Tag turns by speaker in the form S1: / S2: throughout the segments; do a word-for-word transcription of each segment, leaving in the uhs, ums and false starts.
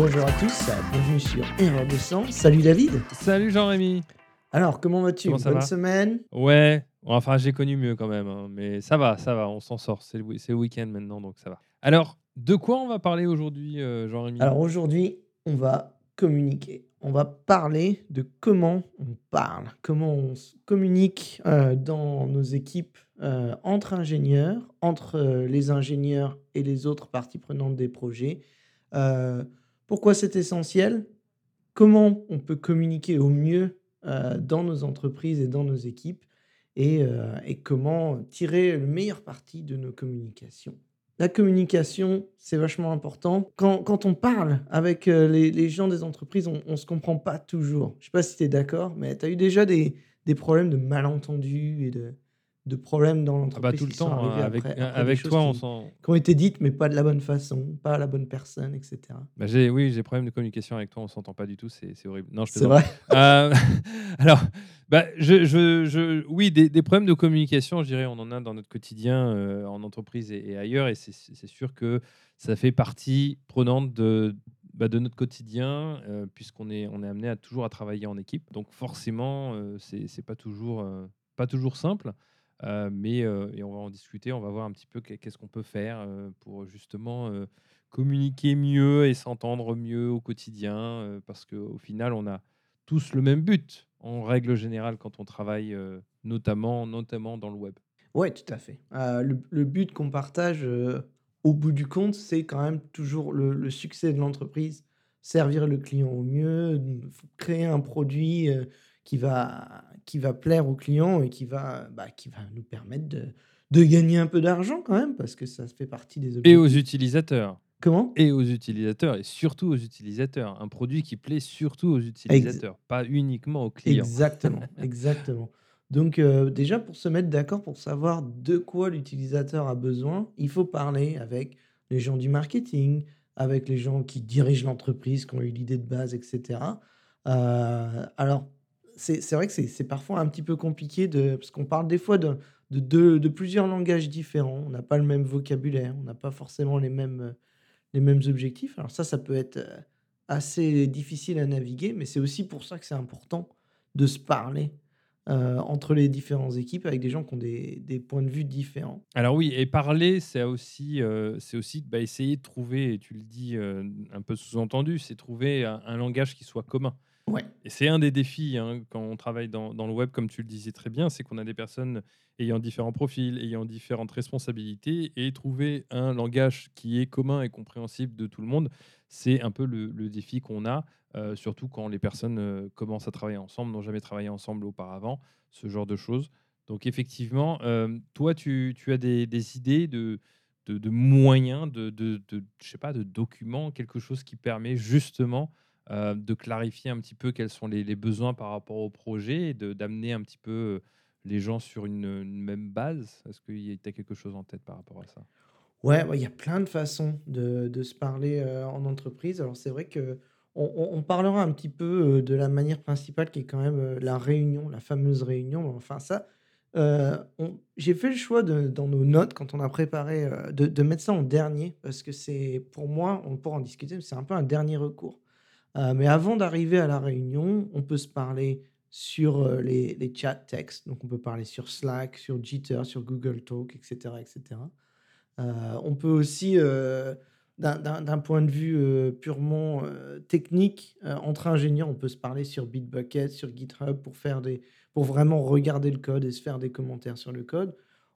S1: Bonjour à tous, bienvenue sur Erreur de sang. Salut David.
S2: Salut Jean-Rémy.
S1: Alors, comment vas-tu?
S2: Comment ça
S1: Bonne
S2: va?
S1: semaine?
S2: Ouais, enfin j'ai connu mieux quand même, hein, mais ça va, ça va, on s'en sort. C'est le, wi- c'est le week-end maintenant, donc ça va. Alors, de quoi on va parler aujourd'hui, euh, Jean-Rémy?
S1: Alors aujourd'hui, on va communiquer. On va parler de comment on parle, comment on se communique euh, dans nos équipes euh, entre ingénieurs, entre euh, les ingénieurs et les autres parties prenantes des projets. Euh, Pourquoi c'est essentiel? Comment on peut communiquer au mieux euh, dans nos entreprises et dans nos équipes et, euh, et comment tirer le meilleur parti de nos communications. La communication, c'est vachement important. Quand, quand on parle avec euh, les, les gens des entreprises, on ne se comprend pas toujours. Je ne sais pas si tu es d'accord, mais tu as eu déjà des, des problèmes de malentendus et de, de problèmes dans
S2: Ah bah
S1: l'entreprise
S2: tout le
S1: qui sont
S2: temps, hein,
S1: arrivés
S2: avec,
S1: après,
S2: euh,
S1: après des
S2: avec
S1: choses
S2: toi, on
S1: qui,
S2: s'en...
S1: qui ont été dites, mais pas de la bonne façon, pas à la bonne personne, et cetera.
S2: Bah, j'ai, oui, j'ai problème de communication avec toi, on s'entend pas du tout, c'est, c'est horrible. Non, je
S1: C'est
S2: plaisante.
S1: vrai?
S2: Euh, alors, bah, je, je, je, oui, des, des problèmes de communication, je dirais, on en a dans notre quotidien, euh, en entreprise et, et ailleurs, et c'est, c'est sûr que ça fait partie prenante de, bah, de notre quotidien, euh, puisqu'on est, on est amené à toujours à travailler en équipe. Donc forcément, euh, c'est, c'est pas toujours, euh, pas toujours simple. Euh, mais euh, et on va en discuter, on va voir un petit peu qu'est- qu'est-ce qu'on peut faire euh, pour justement euh, communiquer mieux et s'entendre mieux au quotidien, euh, parce qu'au final, on a tous le même but, en règle générale, quand on travaille, euh, notamment, notamment dans le web.
S1: Ouais, tout à fait. Heu, le le but qu'on partage, heu, au bout du compte, c'est quand même toujours le le succès de l'entreprise, servir le client au mieux, mmh, f créer un produit, heu, qui va qui va plaire au client et qui va, bah, qui va nous permettre de de gagner un peu d'argent quand même parce que ça fait partie des
S2: Et aux
S1: objectifs.
S2: utilisateurs,
S1: Comment?
S2: et aux utilisateurs, et surtout aux utilisateurs. Un produit qui plaît surtout aux
S1: Ex
S2: utilisateurs, pas uniquement aux clients.
S1: Exactement, exactement. Donc, heu, déjà pour se mettre d'accord, pour savoir de quoi l'utilisateur a besoin, il faut parler avec les gens du marketing, avec les gens qui dirigent l'entreprise, qui ont eu l'idée de base et cetera. Heu, alors c'est c'est vrai que c'est c'est parfois un petit peu compliqué de parce qu'on parle des fois de de de de plusieurs langages différents. On n'a pas le même vocabulaire, on n'a pas forcément les mêmes, heu, les mêmes objectifs. Alors ça, ça peut être, heu, assez difficile à naviguer, mais c'est aussi pour ça que c'est important de se parler, heu, entre les différentes équipes avec des gens qui ont des des points de vue différents.
S2: Alors oui, et parler, c'est aussi, heu, c'est aussi, bah, essayer de trouver, et tu le dis, heu, un peu sous-entendu, c'est trouver un un langage qui soit commun.
S1: Ouais,
S2: Et c'est un des défis, hein, quand on travaille dans, dans le web, comme tu le disais très bien, c'est qu'on a des personnes ayant différents profils, ayant différentes responsabilités, et trouver un langage qui est commun et compréhensible de tout le monde, c'est un peu le, le défi qu'on a, euh, surtout quand les personnes euh, commencent à travailler ensemble, n'ont jamais travaillé ensemble auparavant, ce genre de choses. Donc effectivement, euh, toi, tu, tu as des, des idées de, de, de moyens, de, de, de, je sais pas, de documents, quelque chose qui permet justement euh, de clarifier un petit peu quels sont les, les besoins par rapport au projet, et de- d'amener un petit peu euh, les gens sur une, une même base. Est-ce que tu as quelque chose en tête par rapport à ça?
S1: ouais, ouais, il y a plein de façons de de se parler, heu, en entreprise. Alors c'est vrai qu'on on on parlera un petit peu, heu, de la manière principale qui est quand même, heu, la réunion, la fameuse réunion. Enfin ça, heu, on j'ai fait le choix de dans nos notes quand on a préparé, heu, de de mettre ça en dernier parce que c'est pour moi, on pourra en discuter, mais c'est un peu un dernier recours. Heu, mais avant d'arriver à la réunion, on peut se parler sur, heu, les les chats textes. Donc on peut parler sur Slack, sur Jitter, sur Google Talk et cetera et cetera. Heu, on peut aussi, heu, d'un d'un d'un point de vue, heu, purement, heu, technique, heu, entre ingénieurs, on peut se parler sur Bitbucket, sur GitHub pour faire des pour vraiment regarder le code et se faire des commentaires sur le code.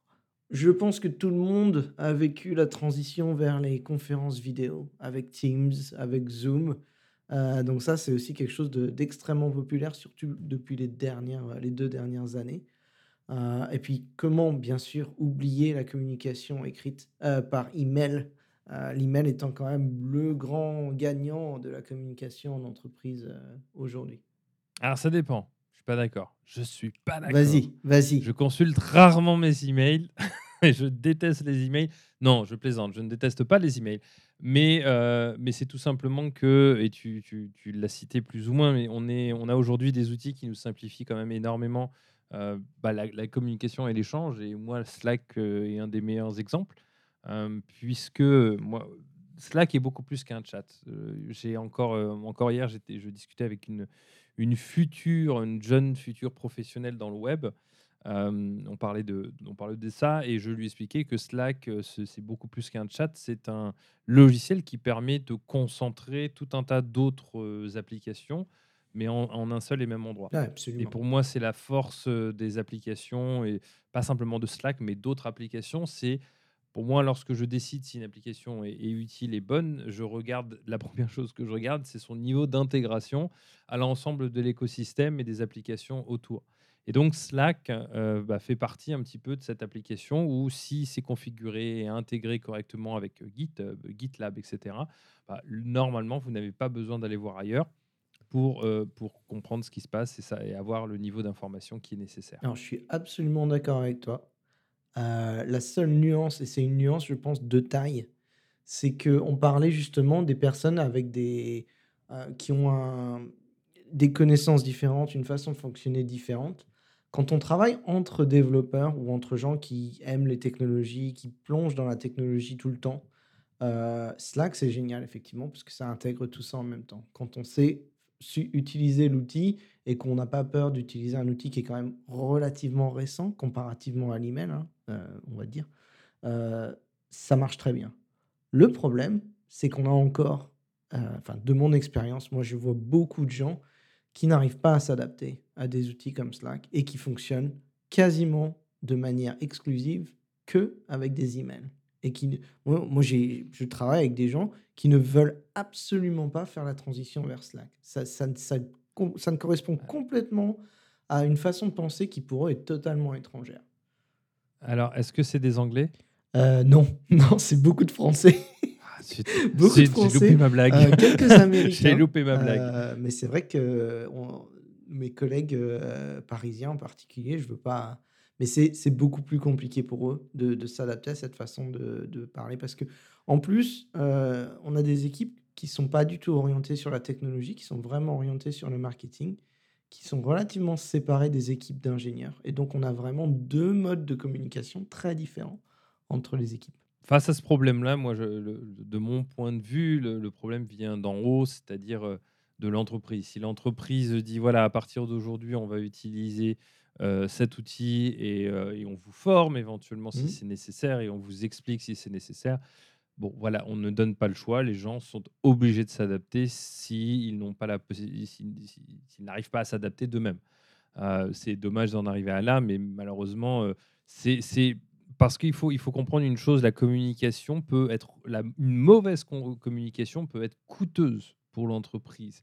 S1: Je pense que tout le monde a vécu la transition vers les conférences vidéo avec Teams, avec Zoom. Heu, donc ça, c'est aussi quelque chose de d'extrêmement populaire, surtout depuis les dernières, les deux dernières années. Heu et puis comment, bien sûr, oublier la communication écrite, heu, par email, heu, l'email étant quand même le grand gagnant de la communication en entreprise, heu, aujourd'hui.
S2: Alors ça dépend. Je suis pas d'accord. Je suis pas d'accord.
S1: Vas-y, vas-y.
S2: Je consulte rarement mes emails et je déteste les emails. Non, je plaisante. Je ne déteste pas les emails. Mais, euh, mais c'est tout simplement que, et tu, tu, tu l'as cité plus ou moins, mais on, est, on a aujourd'hui des outils qui nous simplifient quand même énormément euh, bah, la, la communication et l'échange. Et moi, Slack euh, est un des meilleurs exemples, euh, puisque moi, Slack est beaucoup plus qu'un chat. Heu, j'ai encore, heu, encore hier, j'étais je discutais avec une une future une jeune future professionnelle dans le web. Hem, on parlait de on parlait de ça et je lui expliquais que Slack, heu, ce c'est beaucoup plus qu'un chat. C'est un logiciel qui permet de concentrer tout un tas d'autres, heu, applications, mais en en un seul et même endroit.
S1: Ouais,
S2: Et
S1: absolument.
S2: pour moi, c'est la force, heu, des applications et pas simplement de Slack, mais d'autres applications. C'est pour moi, lorsque je décide si une application est est utile et bonne, je regarde la première chose que je regarde, c'est son niveau d'intégration à l'ensemble de l'écosystème et des applications autour. Et donc Slack, heu, bah, fait partie un petit peu de cette application où si c'est configuré et intégré correctement avec, heu, GitHub, GitLab et cetera, bah, normalement, vous n'avez pas besoin d'aller voir ailleurs pour, heu, pour comprendre ce qui se passe et ça et avoir le niveau d'information qui est nécessaire.
S1: Alors, je suis absolument d'accord avec toi. Heu, la seule nuance et c'est une nuance, je pense, de taille, c'est qu'on parlait justement des personnes avec des, heu, qui ont un des connaissances différentes, une façon de fonctionner différente. Quand on travaille entre développeurs ou entre gens qui aiment les technologies, qui plongent dans la technologie tout le temps, heu, Slack, c'est génial effectivement parce que ça intègre tout ça en même temps. Quand on sait su utiliser l'outil et qu'on n'a pas peur d'utiliser un outil qui est quand même relativement récent comparativement à l'email, hein, heu, on va dire, heu, ça marche très bien. Le problème, c'est qu'on a encore, heu, enfin de mon expérience, moi je vois beaucoup de gens qui n'arrivent pas à s'adapter à des outils comme Slack et qui fonctionnent quasiment de manière exclusive qu'avec des emails et qui ne moi moi j'ai je travaille avec des gens qui ne veulent absolument pas faire la transition vers Slack. Ça ça ne ça com ça ne correspond complètement à une façon de penser qui pour eux est totalement étrangère.
S2: Alors, est-ce que c'est des Anglais?
S1: Heu, non, non, c'est beaucoup de Français.
S2: Ah zut,
S1: Beaucoup de
S2: zut, j'ai loupé
S1: Français,
S2: ma blague.
S1: heu, quelques
S2: J'ai
S1: Américains,
S2: loupé ma blague.
S1: heu, mais c'est vrai que on mes collègues, heu, parisiens en particulier, je veux pas mais c'est c'est beaucoup plus compliqué pour eux de de s'adapter à cette façon de de parler parce qu'en plus, heu, on a des équipes qui sont pas du tout orientées sur la technologie, qui sont vraiment orientées sur le marketing, qui sont relativement séparées des équipes d'ingénieurs et donc on a vraiment deux modes de communication très différents entre les équipes.
S2: Face à ce problème-là, moi, je le de mon point de vue, le le problème vient d'en haut, c'est-à-dire, heu, de l'entreprise. Si l'entreprise dit: «Voilà, à partir d'aujourd'hui, on va utiliser, heu, cet outil et heu et on vous forme éventuellement si
S1: Mmh.
S2: c'est nécessaire et on vous explique si c'est nécessaire». Bon, voilà, on ne donne pas le choix. Les gens sont obligés de s'adapter s'ils n'ont pas la possi s'ils s'ils s'ils n'arrivent pas à s'adapter d'eux-mêmes. Heu, c'est dommage d'en arriver à là, mais malheureusement, heu, c'est c'est parce qu'il faut il faut comprendre une chose, la communication peut être la une mauvaise con communication peut être coûteuse pour l'entreprise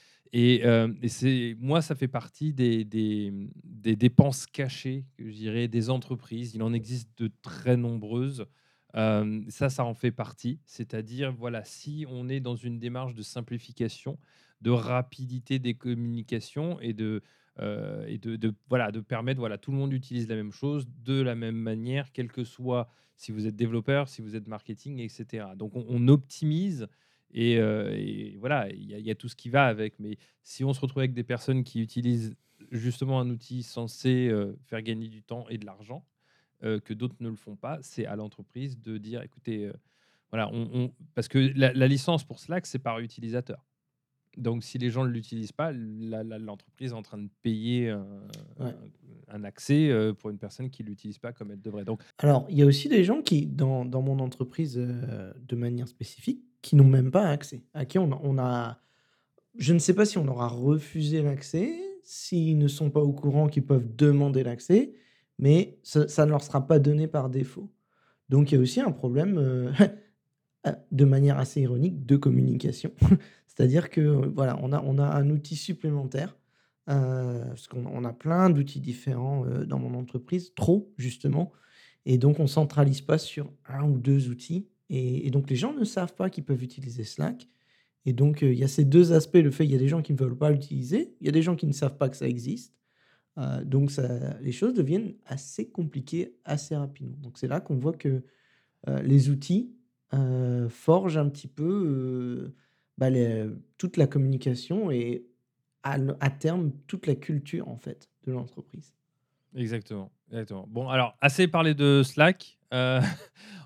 S2: et hem et c'est moi, ça fait partie des des, mmh, des dépenses cachées, que je dirais, des entreprises. Il en existe de très nombreuses. Hem, ça, ça en fait partie. C'est-à-dire, voilà, si on est dans une démarche de simplification, de rapidité des communications et de, heu et de de voilà, de permettre, voilà, tout le monde utilise la même chose de la même manière, quel que soit si vous êtes développeur, si vous êtes marketing et cetera. Donc on on optimise et heu et voilà, il y a il y a tout ce qui va avec. Mais si on se retrouve avec des personnes qui utilisent justement un outil censé, heu, faire gagner du temps et de l'argent, heu, que d'autres ne le font pas, c'est à l'entreprise de dire: «Écoutez, heu, voilà, on on» parce que la la licence pour Slack, c'est par utilisateur. Donc si les gens ne l'utilisent pas, la la l'entreprise est en train de payer un
S1: Ouais.
S2: un un accès, heu, pour une personne qui ne l'utilise pas comme elle devrait. Donc
S1: Alors, il y a aussi des gens qui, dans dans mon entreprise, heu, de manière spécifique, qui n'ont même pas accès, à qui on a on a je ne sais pas si on leur a refusé l'accès, s'ils ne sont pas au courant qu'ils peuvent demander l'accès, mais ça ça ne leur sera pas donné par défaut. Donc il y a aussi un problème, heu, heu, de manière assez ironique, de communication. C'est-à-dire que, heu, voilà, on a on a un outil supplémentaire, heu, parce qu'on on a plein d'outils différents, heu, dans mon entreprise, trop justement et donc on centralise pas sur un ou deux outils et et donc les gens ne savent pas qu'ils peuvent utiliser Slack et donc heu, il y a ces deux aspects, le fait il y a des gens qui ne veulent pas l'utiliser, il y a des gens qui ne savent pas que ça existe, heu, donc ça les choses deviennent assez compliquées assez rapidement. Donc c'est là qu'on voit que, heu, les outils, heu, forgent un petit peu, heu, bah, les toute la communication et à l à terme, toute la culture en fait de l'entreprise.
S2: exactement, exactement. Bon alors, assez parlé de Slack, heu,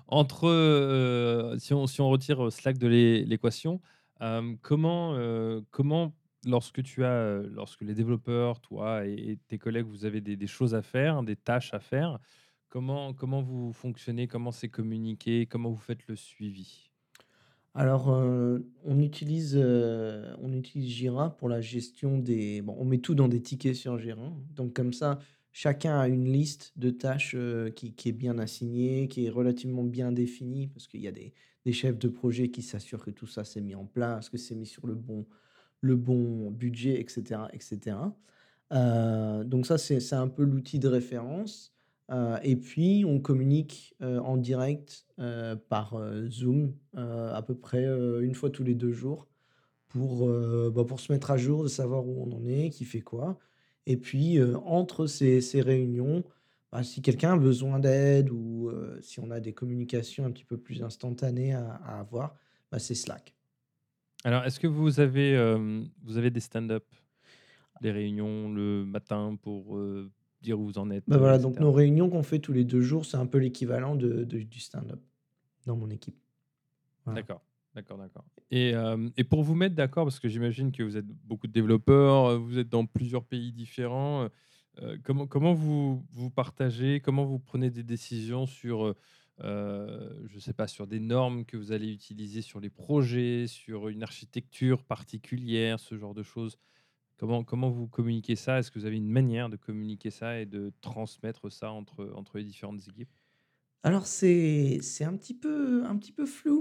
S2: Entre, heu, si on si on retire, heu, Slack de l'é l'équation, hem, comment, heu, comment lorsque tu as, heu, lorsque les développeurs, toi et et tes collègues, vous avez des des choses à faire, des tâches à faire, comment comment vous fonctionnez? Comment c'est communiqué? Comment vous faites le suivi?
S1: Alors, heu, on utilise, heu, on utilise Jira pour la gestion des bon, on met tout dans des tickets sur Jira, hein. Donc comme ça, chacun a une liste de tâches, heu, qui qui est bien assignée, qui est relativement bien définie parce qu'il y a des des chefs de projet qui s'assurent que tout ça s'est mis en place, que c'est mis sur le bon le bon budget et cetera et cetera. Heu, donc ça, c'est c'est un peu l'outil de référence, heu et puis on communique, heu, en direct, heu, par, heu, Zoom, heu, à peu près, heu, une fois tous les deux jours pour, heu, bah, pour se mettre à jour, de savoir où on en est, qui fait quoi et puis, heu, entre ces ces réunions, bah, si quelqu'un a besoin d'aide ou, heu, si on a des communications un petit peu plus instantanées à à avoir, bah, c'est Slack.
S2: Alors, est-ce que vous avez, hem, vous avez des stand-up, des réunions le matin pour, heu, dire où vous en êtes,
S1: Bah,
S2: heu, et
S1: voilà, donc
S2: cetera?
S1: nos réunions qu'on fait tous les deux jours, c'est un peu l'équivalent de de du stand-up dans mon équipe. Voilà.
S2: D'accord, d'accord, d'accord. Et hem et pour vous mettre d'accord, parce que j'imagine que vous êtes beaucoup de développeurs, heu, vous êtes dans plusieurs pays différents, heu heu, comment comment vous vous partagez? Comment vous prenez des décisions sur, heu heu, je ne sais pas, sur des normes que vous allez utiliser sur les projets, sur une architecture particulière, ce genre de choses? Comment comment vous communiquez ça? Est-ce que vous avez une manière de communiquer ça et de transmettre ça entre entre les différentes équipes?
S1: Alors c'est c'est un petit peu un petit peu flou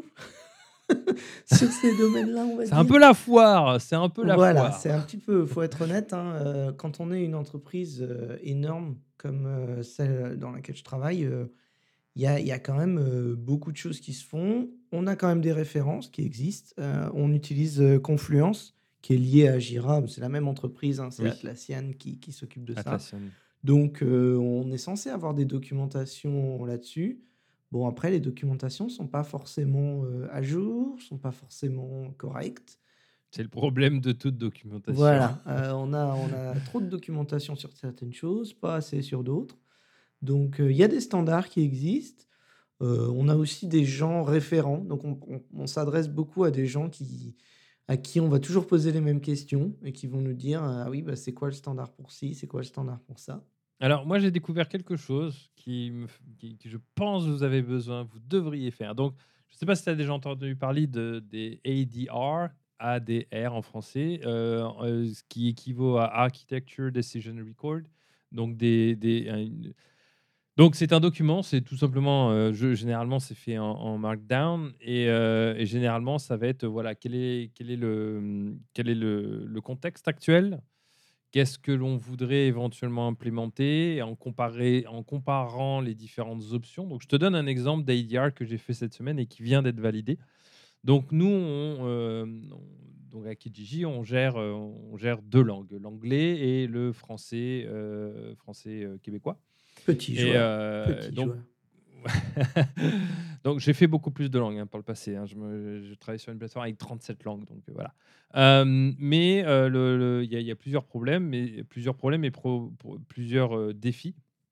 S1: sur ces domaines-là, on va
S2: C'est un
S1: dire.
S2: peu la foire, c'est un peu la
S1: Voilà, c'est un
S2: foire.
S1: petit peu faut être honnête, hein, heu, quand on est une entreprise, heu, énorme comme, heu, celle dans laquelle je travaille, heu, il y a il y a quand même, heu, beaucoup de choses qui se font. On a quand même des références qui existent, heu, on utilise, heu, Confluence qui est lié à Jira, c'est la même entreprise, hein, c'est
S2: Oui,
S1: Atlassian qui qui s'occupe de ça.
S2: Atlassian.
S1: Donc, heu, on est censé avoir des documentations là-dessus. Bon, après, les documentations sont pas forcément, heu, à jour, sont pas forcément correctes.
S2: C'est le problème de toute documentation.
S1: Voilà, heu, on a on a trop de documentation sur certaines choses, pas assez sur d'autres. Donc, heu, il y a des standards qui existent. Heu, on a aussi des gens référents, donc on on on s'adresse beaucoup à des gens qui à qui on va toujours poser les mêmes questions et qui vont nous dire: «Ah oui, bah, c'est quoi le standard pour ci? C'est quoi le standard pour ça?»
S2: Alors moi, j'ai découvert quelque chose qui me f qui qui je pense vous avez besoin, vous devriez faire. Donc, je ne sais pas si tu as déjà entendu parler de des A D R, A D R en français, heu heu, ce qui équivaut à Architecture Decision Record. Donc des des un une donc c'est un document, c'est tout simplement, heu, je généralement, c'est fait en en markdown et heu et généralement, ça va être, euh, voilà, quel est quel est le, mmh, quel est le le contexte actuel? Qu'est-ce que l'on voudrait éventuellement implémenter en comparer en comparant les différentes options? Donc je te donne un exemple d'A D R que j'ai fait cette semaine et qui vient d'être validé. Donc nous, on, hem, on donc à Kijiji, on gère, heu, on gère deux langues, l'anglais et le français, heu, français, heu, québécois
S1: Petit
S2: et
S1: joueur,
S2: heu,
S1: petit
S2: donc
S1: joueur.
S2: donc j'ai fait beaucoup plus de langues, hein, par le passé, hein. Je me je travaille sur une plateforme avec trente-sept langues, donc heu, voilà. Hem, mais heu, le le il y a il y a plusieurs problèmes, mais plusieurs problèmes et pro pro plusieurs, heu, défis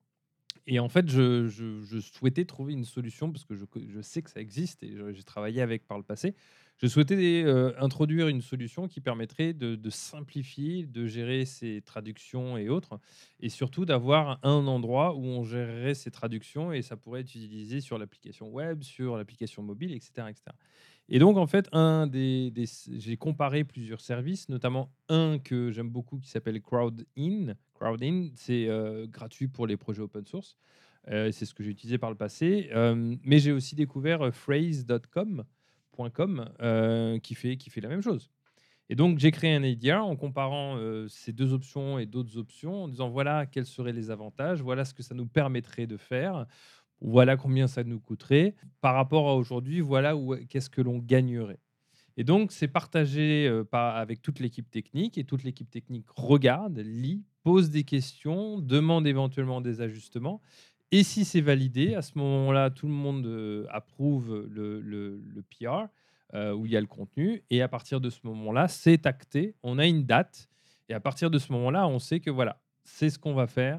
S2: et en fait, je je je souhaitais trouver une solution parce que je co je sais que ça existe et je j'ai travaillé avec par le passé. Je souhaitais, heu, introduire une solution qui permettrait de de simplifier, de gérer ces traductions et autres et surtout d'avoir un endroit où on gérerait ces traductions et ça pourrait être utilisé sur l'application web, sur l'application mobile et cetera et cetera. Et donc en fait, un des des j'ai comparé plusieurs services, notamment un que j'aime beaucoup qui s'appelle Crowdin. Crowdin, c'est, heu, gratuit pour les projets open source. Heu, c'est ce que j'ai utilisé par le passé, hem, mais j'ai aussi découvert, heu, phrase point com point com, heu, qui fait qui fait la même chose. Et donc j'ai créé un A D R en comparant, heu, ces deux options et d'autres options, en disant: «Voilà quels seraient les avantages, voilà ce que ça nous permettrait de faire, voilà combien ça nous coûterait. Par rapport à aujourd'hui, voilà où qu'est-ce que l'on gagnerait». Et donc, c'est partagé, heu, par avec toute l'équipe technique et toute l'équipe technique regarde, lit, pose des questions, demande éventuellement des ajustements et si c'est validé, à ce moment-là, tout le monde, heu, approuve le le le P R, heu, où il y a le contenu et à partir de ce moment-là, c'est acté. On a une date et à partir de ce moment-là, on sait que voilà, c'est ce qu'on va faire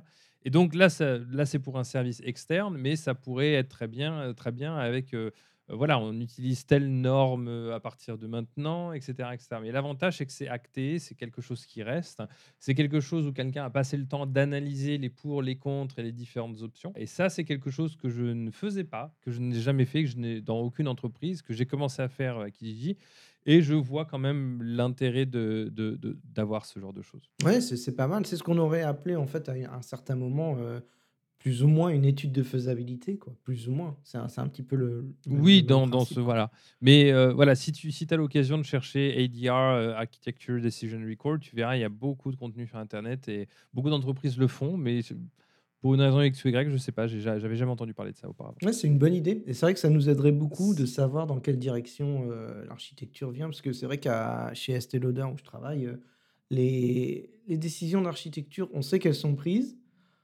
S2: Et donc là, ça là, c'est pour un service externe, mais ça pourrait être très bien, heu, très bien avec, heu heu, voilà, on utilise telle norme, heu, à partir de maintenant et cetera et cetera. Mais l'avantage, c'est que c'est acté, c'est quelque chose qui reste. C'est quelque chose où quelqu'un a passé le temps d'analyser les pour, les contre et les différentes options. Et ça, c'est quelque chose que je ne faisais pas, que je n'ai jamais fait, que je n'ai dans aucune entreprise, que j'ai commencé à faire à Kijiji. Et je vois quand même l'intérêt de de de d'avoir ce genre de choses.
S1: Ouais, c'est c'est pas mal. C'est ce qu'on aurait appelé en fait à un certain moment, heu, plus ou moins une étude de faisabilité quoi, plus ou moins. C'est un c'est un petit peu le le le
S2: Oui,
S1: même
S2: dans dans ce
S1: principe quoi.
S2: voilà. Mais heu, voilà, si tu si as l'occasion de chercher A D R, heu, Architecture Decision Record, tu verras, il y a beaucoup de contenu sur internet et beaucoup d'entreprises le font, mais je pour une raison X ou Y, je sais pas, j'ai ja j'avais jamais entendu parler de ça auparavant.
S1: Ouais, c'est une bonne idée et c'est vrai que ça nous aiderait beaucoup de
S2: S
S1: savoir dans quelle direction, heu, l'architecture vient. Parce que c'est vrai qu'à chez Estée Lauder où je travaille, heu, les les décisions d'architecture, on sait qu'elles sont prises.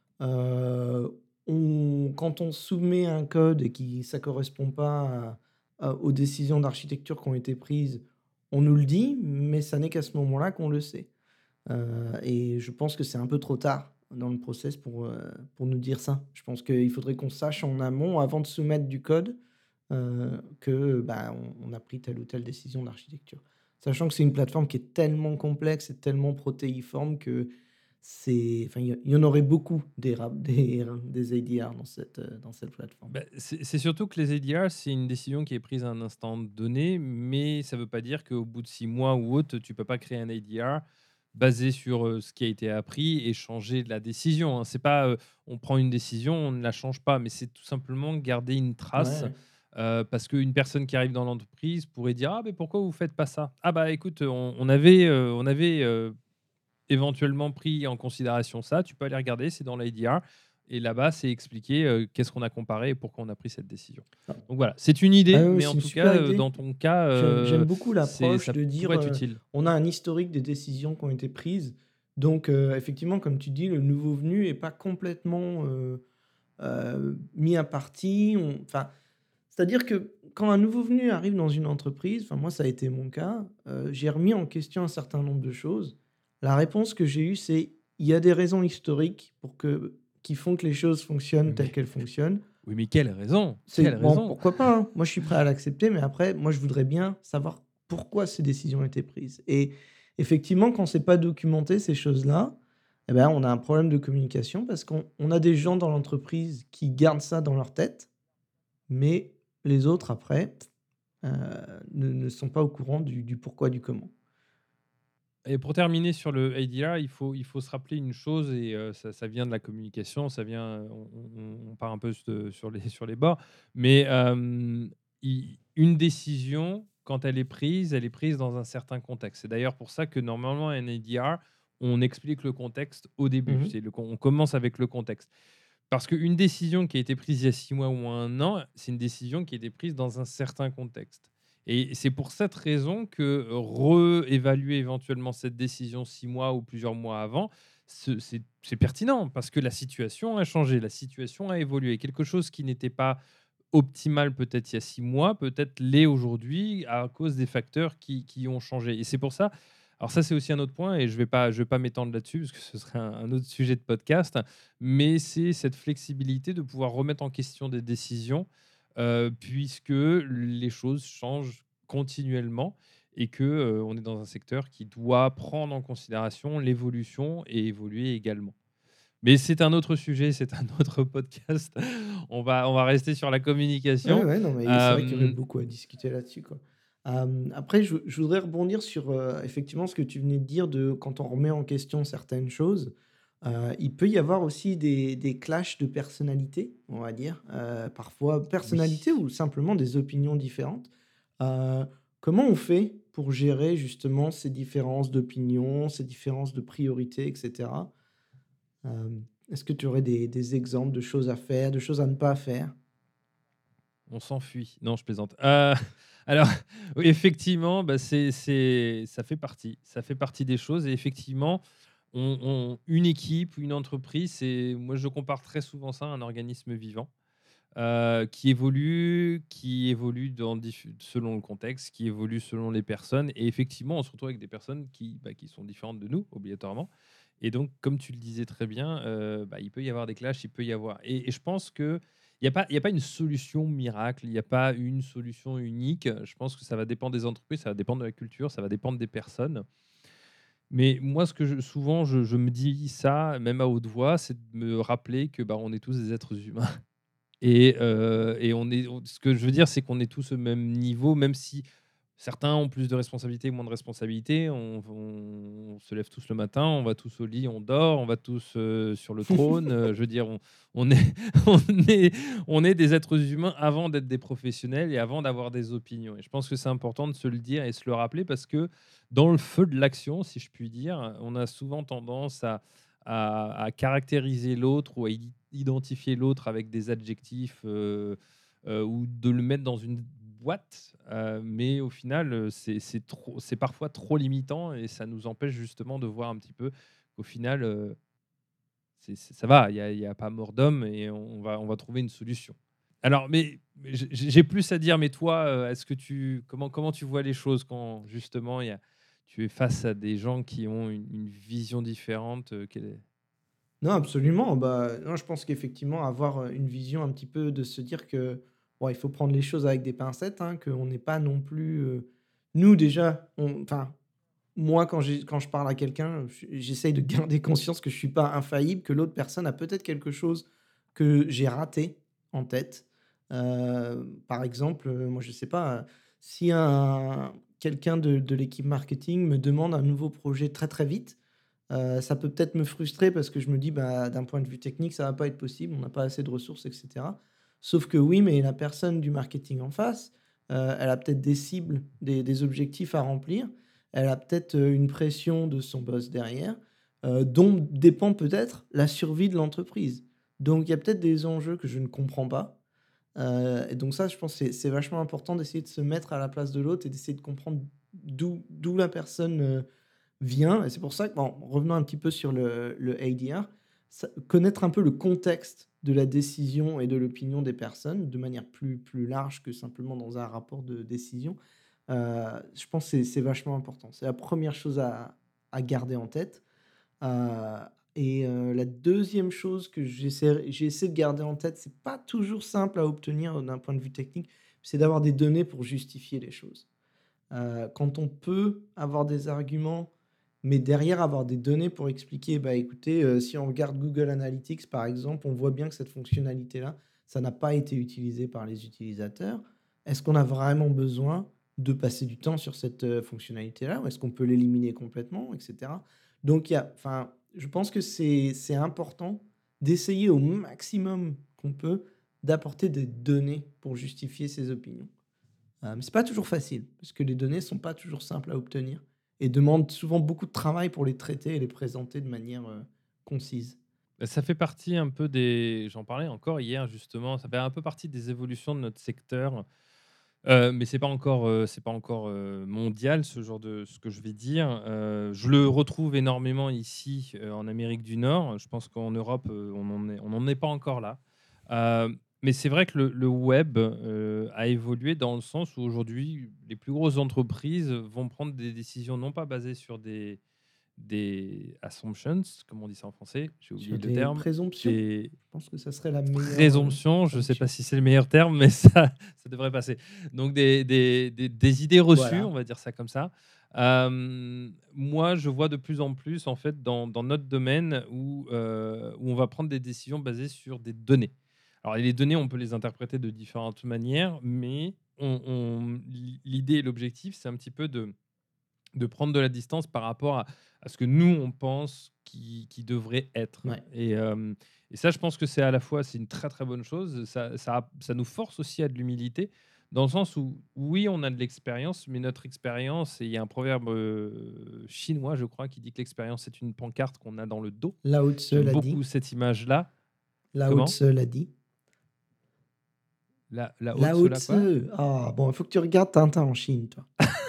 S1: Heu, on quand on soumet un code et qui ça correspond pas à à aux décisions d'architecture qui ont été prises, on nous le dit, mais ça n'est qu'à ce moment-là qu'on le sait. Heu et je pense que c'est un peu trop tard dans le process pour, heu, pour nous dire ça. Je pense qu'il faudrait qu'on sache en amont, avant de soumettre du code, heu, que, bah, on on a pris telle ou telle décision d'architecture. Sachant que c'est une plateforme qui est tellement complexe et tellement protéiforme que c'est enfin, il y il y en aurait beaucoup des rap des des A D R dans cette, heu, dans cette plateforme.
S2: Bah, c'est c'est surtout que les A D R, c'est une décision qui est prise à un instant donné, mais ça ne veut pas dire qu'au bout de six mois ou autre, tu peux pas créer un A D R basé sur, heu, ce qui a été appris et changer de la décision, hein. C'est pas, heu, on prend une décision, on ne la change pas, mais c'est tout simplement garder une trace,
S1: Ouais.
S2: heu, parce qu'une personne qui arrive dans l'entreprise pourrait dire: «Ah, mais pourquoi vous faites pas ça?» «Ah bah, écoute, on on avait, heu, on avait, heu, éventuellement pris en considération ça, tu peux aller regarder, c'est dans l'A D R et là-bas, c'est expliqué, heu, qu'est-ce qu'on a comparé et pourquoi on a pris cette décision».
S1: Ah.
S2: Donc voilà, c'est une
S1: Ah
S2: idée,
S1: oui, oui,
S2: mais
S1: c'est
S2: en
S1: une
S2: tout cas,
S1: super
S2: heu,
S1: idée.
S2: dans ton cas,
S1: J'aime j'aime
S2: heu,
S1: beaucoup
S2: c'est
S1: l'approche
S2: ça
S1: de
S2: pourrait
S1: dire,
S2: être
S1: heu,
S2: utile.
S1: on a un historique des décisions qui ont été prises. Donc, heu, effectivement, comme tu dis, le nouveau venu est pas complètement, heu heu, mis à partie. On enfin, c'est-à-dire que quand un nouveau venu arrive dans une entreprise, enfin moi ça a été mon cas, heu, j'ai remis en question un certain nombre de choses. La réponse que j'ai eue, c'est: «Il y a des raisons historiques pour que qui font que les choses fonctionnent
S2: Oui,
S1: telles
S2: mais
S1: qu'elles fonctionnent».
S2: oui, mais quelle raison?
S1: C'est
S2: Quelle
S1: bon,
S2: raison?
S1: pourquoi pas, hein. Moi, je suis prêt à l'accepter, mais après, moi, je voudrais bien savoir pourquoi ces décisions ont été prises et effectivement, quand c'est pas documenté ces choses-là, eh ben, on a un problème de communication parce qu'on on a des gens dans l'entreprise qui gardent ça dans leur tête, mais les autres après, heu, ne ne sont pas au courant du du pourquoi du comment.
S2: Et pour terminer sur le A D R, il faut il faut se rappeler une chose et heu, ça ça vient de la communication, ça vient, on on on part un peu ste sur les sur les bords, mais hem, i une décision, quand elle est prise, elle est prise dans un certain contexte. C'est d'ailleurs pour ça que normalement un A D R, on explique le contexte au début.
S1: Mmh.
S2: C'est le on commence avec le contexte. Parce qu'une décision qui a été prise il y a six mois ou un an, c'est une décision qui a été prise dans un certain contexte. Et c'est pour cette raison que réévaluer éventuellement cette décision six mois ou plusieurs mois avant, ce c'est c'est pertinent parce que la situation a changé, la situation a évolué. Quelque chose qui n'était pas optimal peut-être il y a six mois, peut-être l'est aujourd'hui à cause des facteurs qui qui ont changé et c'est pour ça alors ça, c'est aussi un autre point et je vais pas je vais pas m'étendre là-dessus parce que ce serait un un autre sujet de podcast, mais c'est cette flexibilité de pouvoir remettre en question des décisions, heu, puisque les choses changent continuellement et que, heu, on est dans un secteur qui doit prendre en considération l'évolution et évoluer également. Mais c'est un autre sujet, c'est un autre podcast. On va on va rester sur la
S1: Ouais,
S2: communication.
S1: ouais, non, mais c'est vrai qu'il y aurait
S2: Hem,
S1: beaucoup à discuter là-dessus, quoi. Hem, après, je je voudrais rebondir sur, heu, effectivement, ce que tu venais de dire de quand on remet en question certaines choses, heu, il peut y avoir aussi des des clashs de personnalités, on va dire, heu, parfois personnalités
S2: oui.
S1: ou simplement des opinions différentes. Heu, Comment on fait pour gérer justement ces différences d'opinion, ces différences de priorités et cetera? Hem, est-ce que tu aurais des des exemples de choses à faire, de choses à ne pas faire?
S2: On s'enfuit. Non, je plaisante. Heu, alors, oui, effectivement, bah, c'est c'est ça fait partie ça fait partie des choses et effectivement, on on une équipe, une entreprise, c'est moi, je compare très souvent ça à un organisme vivant, heu, qui évolue qui évolue dans diff selon le contexte, qui évolue selon les personnes et effectivement, on se retrouve avec des personnes qui, bah, qui sont différentes de nous, obligatoirement Et donc, comme tu le disais très bien, heu, bah, il peut y avoir des clashs, il peut y avoir et et je pense qu'il y a pas il y a pas une solution miracle, il y a pas une solution unique. Je pense que ça va dépendre des entreprises, ça va dépendre de la culture, ça va dépendre des personnes. Mais moi, ce que je souvent, je je me dis ça, même à haute voix, c'est de me rappeler que, bah, on est tous des êtres humains et heu et on est on ce que je veux dire, c'est qu'on est tous au même niveau, même si certains ont plus de responsabilités, moins de responsabilités. On on on se lève tous le matin, on va tous au lit, on dort, on va tous, heu, sur le trône, heu, je veux dire, on on est on est on est des êtres humains avant d'être des professionnels et avant d'avoir des opinions et je pense que c'est important de se le dire et se le rappeler parce que dans le feu de l'action, si je puis dire, on a souvent tendance à à à caractériser l'autre ou à id identifier l'autre avec des adjectifs, heu heu, ou de le mettre dans une boîte, heu, mais au final, heu, c'est c'est trop c'est parfois trop limitant et ça nous empêche justement de voir un petit peu qu'au final, heu, c'est c'est ça va, il y a il y a pas mort d'homme et on va on va trouver une solution. Alors mais mais j'ai j'ai plus à dire, mais toi, heu, est-ce que tu comment comment tu vois les choses quand justement il y a tu es face à des gens qui ont une une vision différente, heu, quelle est
S1: Non, absolument. Bah, non, je pense qu'effectivement, avoir, heu, une vision un petit peu de se dire que, bon, il faut prendre les choses avec des pincettes, hein, qu'on n'est pas non plus, heu nous déjà, on enfin, moi, quand j'ai quand je parle à quelqu'un, j j'essaye de garder conscience que je suis pas infaillible, que l'autre personne a peut-être quelque chose que j'ai raté en tête. Heu, par exemple, heu, moi, je sais pas, heu, si un quelqu'un de de l'équipe marketing me demande un nouveau projet très, très vite, heu, ça peut peut-être me frustrer parce que je me dis: «Bah, d'un point de vue technique, ça va pas être possible, on n'a pas assez de ressources et cetera». Sauf que oui, mais la personne du marketing en face, heu, elle a peut-être des cibles, des des objectifs à remplir. Elle a peut-être, heu, une pression de son boss derrière, heu, dont dépend peut-être la survie de l'entreprise. Donc il y a peut-être des enjeux que je ne comprends pas, heu et donc ça, je pense, c'est c'est vachement important d'essayer de se mettre à la place de l'autre et d'essayer de comprendre d'où d'où la personne, heu, vient et c'est pour ça que, bon, revenons un petit peu sur le le A D R, ça connaître un peu le contexte de la décision et de l'opinion des personnes de manière plus plus large que simplement dans un rapport de décision. Heu, je pense que c'est c'est vachement important. C'est la première chose à à garder en tête, heu et heu, la deuxième chose que j'essaie j'essaie de garder en tête, c'est pas toujours simple à obtenir, heu, d'un point de vue technique, c'est d'avoir des données pour justifier les choses. Heu, quand on peut avoir des arguments, mais derrière avoir des données pour expliquer, bah, écoutez, heu, si on regarde Google Analytics, par exemple, on voit bien que cette fonctionnalité-là, ça n'a pas été utilisé par les utilisateurs. Est-ce qu'on a vraiment besoin de passer du temps sur cette, heu, fonctionnalité-là ou est-ce qu'on peut l'éliminer complètement et cetera? Donc il y a enfin, je pense que c'est c'est important d'essayer au maximum qu'on peut d'apporter des données pour justifier ses opinions. Heu, mais c'est pas toujours facile, parce que les données sont pas toujours simples à obtenir et demandent souvent beaucoup de travail pour les traiter et les présenter de manière, heu, concise.
S2: bah, ça fait partie un peu des j'en parlais encore hier justement, ça fait un peu partie des évolutions de notre secteur. Heu, mais c'est pas encore, heu, c'est pas encore, heu, mondial ce genre de ce que je vais dire. Heu, je le retrouve énormément ici, heu, en Amérique du Nord. Je pense qu'en Europe, heu, on en est on n'en est pas encore là. Hem, mais c'est vrai que le le web, heu, a évolué dans le sens où aujourd'hui, les plus grosses entreprises vont prendre des décisions non pas basées sur des des assumptions, comme on dit ça en français? J'ai oublié
S1: Sur
S2: le
S1: des
S2: terme.
S1: présomptions,
S2: Des
S1: je pense que ça serait la meilleure, heu,
S2: présomptions, je ne sais pas
S1: traduction.
S2: si c'est le meilleur terme, mais ça ça devrait passer. Donc des des des des idées reçues, on
S1: Voilà.
S2: va dire ça comme ça. Hem, moi, je vois de plus en plus, en fait, dans dans notre domaine où, heu, où on va prendre des décisions basées sur des données. Alors les données, on peut les interpréter de différentes manières, mais on on l'i l'idée et l'objectif, c'est un petit peu de de prendre de la distance par rapport à, à ce que nous, on pense qui, qui devrait être.
S1: Ouais.
S2: Et, euh, et ça, je pense que c'est à la fois c'est une très très bonne chose. Ça, ça, ça nous force aussi à de l'humilité, dans le sens où, oui, on a de l'expérience, mais notre expérience, et il y a un proverbe euh, chinois, je crois, qui dit que l'expérience, c'est une pancarte qu'on a dans le dos.
S1: Lao Tse
S2: J'aime
S1: l'a
S2: beaucoup
S1: dit.
S2: cette image-là.
S1: Lao
S2: Comment
S1: Tse l'a dit.
S2: la, la haute,
S1: Lao
S2: cela quoi.
S1: Tse! Ah bon, il faut que tu regardes Tintin en Chine, toi.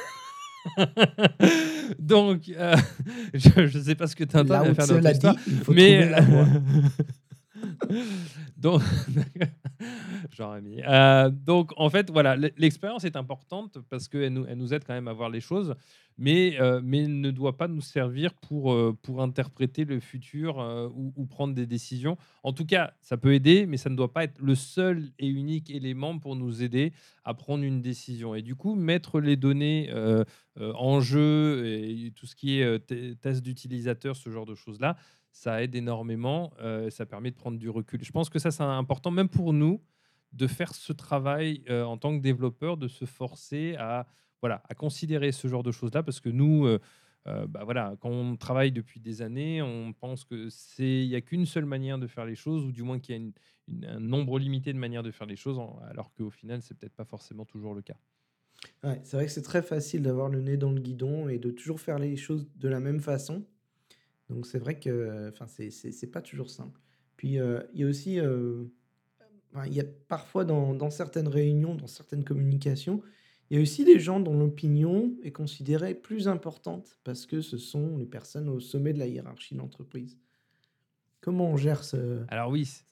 S2: Donc, heu, je ne sais pas ce que Tintin
S1: Lao
S2: vient faire
S1: Tse
S2: dans notre
S1: l'a
S2: histoire,
S1: dit, il faut
S2: mais
S1: trouver la voie.
S2: donc Jean-Rémy. Heu, donc en fait, voilà, l'e l'expérience est importante parce qu'elle nous elle nous aide quand même à voir les choses, mais heu, mais elle ne doit pas nous servir pour, heu, pour interpréter le futur, heu, ou ou prendre des décisions. En tout cas, ça peut aider, mais ça ne doit pas être le seul et unique élément pour nous aider à prendre une décision et du coup, mettre les données, heu heu, en jeu et tout ce qui est, heu, té test d'utilisateur, ce genre de choses-là, ça aide énormément, heu, ça permet de prendre du recul. Je pense que ça, c'est important même pour nous, de faire ce travail, heu, en tant que développeur, de se forcer à, voilà, à considérer ce genre de choses-là parce que nous, heu heu, bah, voilà, quand on travaille depuis des années, on pense que c'est il y a qu'une seule manière de faire les choses ou du moins qu'il y a une une un nombre limité de manières de faire les choses en alors qu'au final, c'est peut-être pas forcément toujours le cas.
S1: Ouais, c'est vrai que c'est très facile d'avoir le nez dans le guidon et de toujours faire les choses de la même façon. Donc c'est vrai que, enfin, c'est c'est c'est pas toujours simple. Puis, heu, il y a aussi, heu, enfin, il y a parfois dans dans certaines réunions, dans certaines communications, il y a aussi des gens dont l'opinion est considérée plus importante parce que ce sont les personnes au sommet de la hiérarchie de l'entreprise. Comment on gère ce
S2: Alors oui, c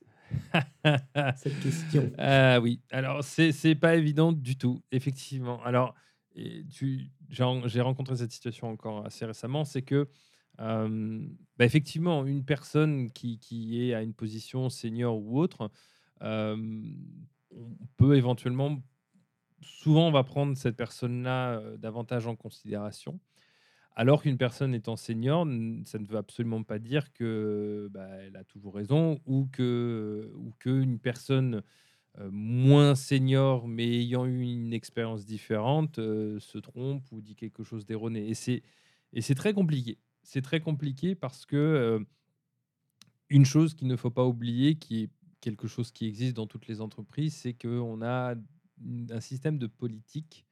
S1: cette question?
S2: heu, oui, alors c'est c'est pas évident du tout, effectivement. Alors et tu j'ai ren j'ai rencontré cette situation encore assez récemment, c'est que, hem, bah, effectivement, une personne qui qui est à une position senior ou autre, hem, on peut éventuellement souvent, on va prendre cette personne-là, heu, davantage en considération. Alors qu'une personne étant senior, n ça ne veut absolument pas dire que, bah, elle a toujours raison ou que ou qu'une personne, heu, moins senior, mais ayant eu une expérience différente, heu, se trompe ou dit quelque chose d'erroné et c'est et c'est très compliqué. C'est très compliqué parce que, heu, une chose qu'il ne faut pas oublier, qui est quelque chose qui existe dans toutes les entreprises, c'est qu'on a mmh, un système de politique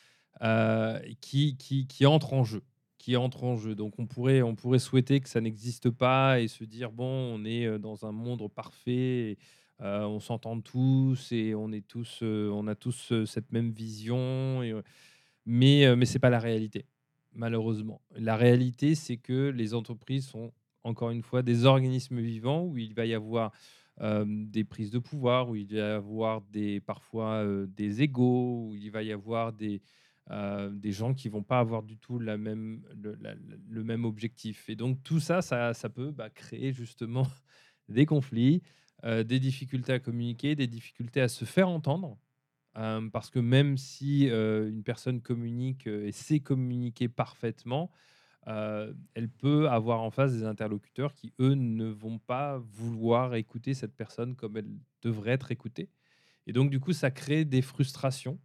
S2: heu, qui qui qui entre en jeu qui entre en jeu. Donc on pourrait on pourrait souhaiter que ça n'existe pas et se dire: «Bon, on est, heu, dans un monde parfait et heu, on s'entend tous et on est tous, heu, on a tous, heu, cette même vision» et heu, mais heu, mais c'est pas la réalité, malheureusement. La réalité, c'est que les entreprises sont, encore une fois, des organismes vivants où il va y avoir, hem, des prises de pouvoir, où il va y avoir des parfois, heu, des égos, où il va y avoir des, heu, des gens qui vont pas avoir du tout la même le la le le même objectif et donc tout ça, ça ça peut, bah, créer justement des conflits, heu, des difficultés à communiquer, des difficultés à se faire entendre. Hem, parce que même si, heu, une personne communique, heu, et sait communiquer parfaitement, heu, elle peut avoir en face des interlocuteurs qui, eux, ne vont pas vouloir écouter cette personne comme elle devrait être écoutée et donc du coup, ça crée des frustrations,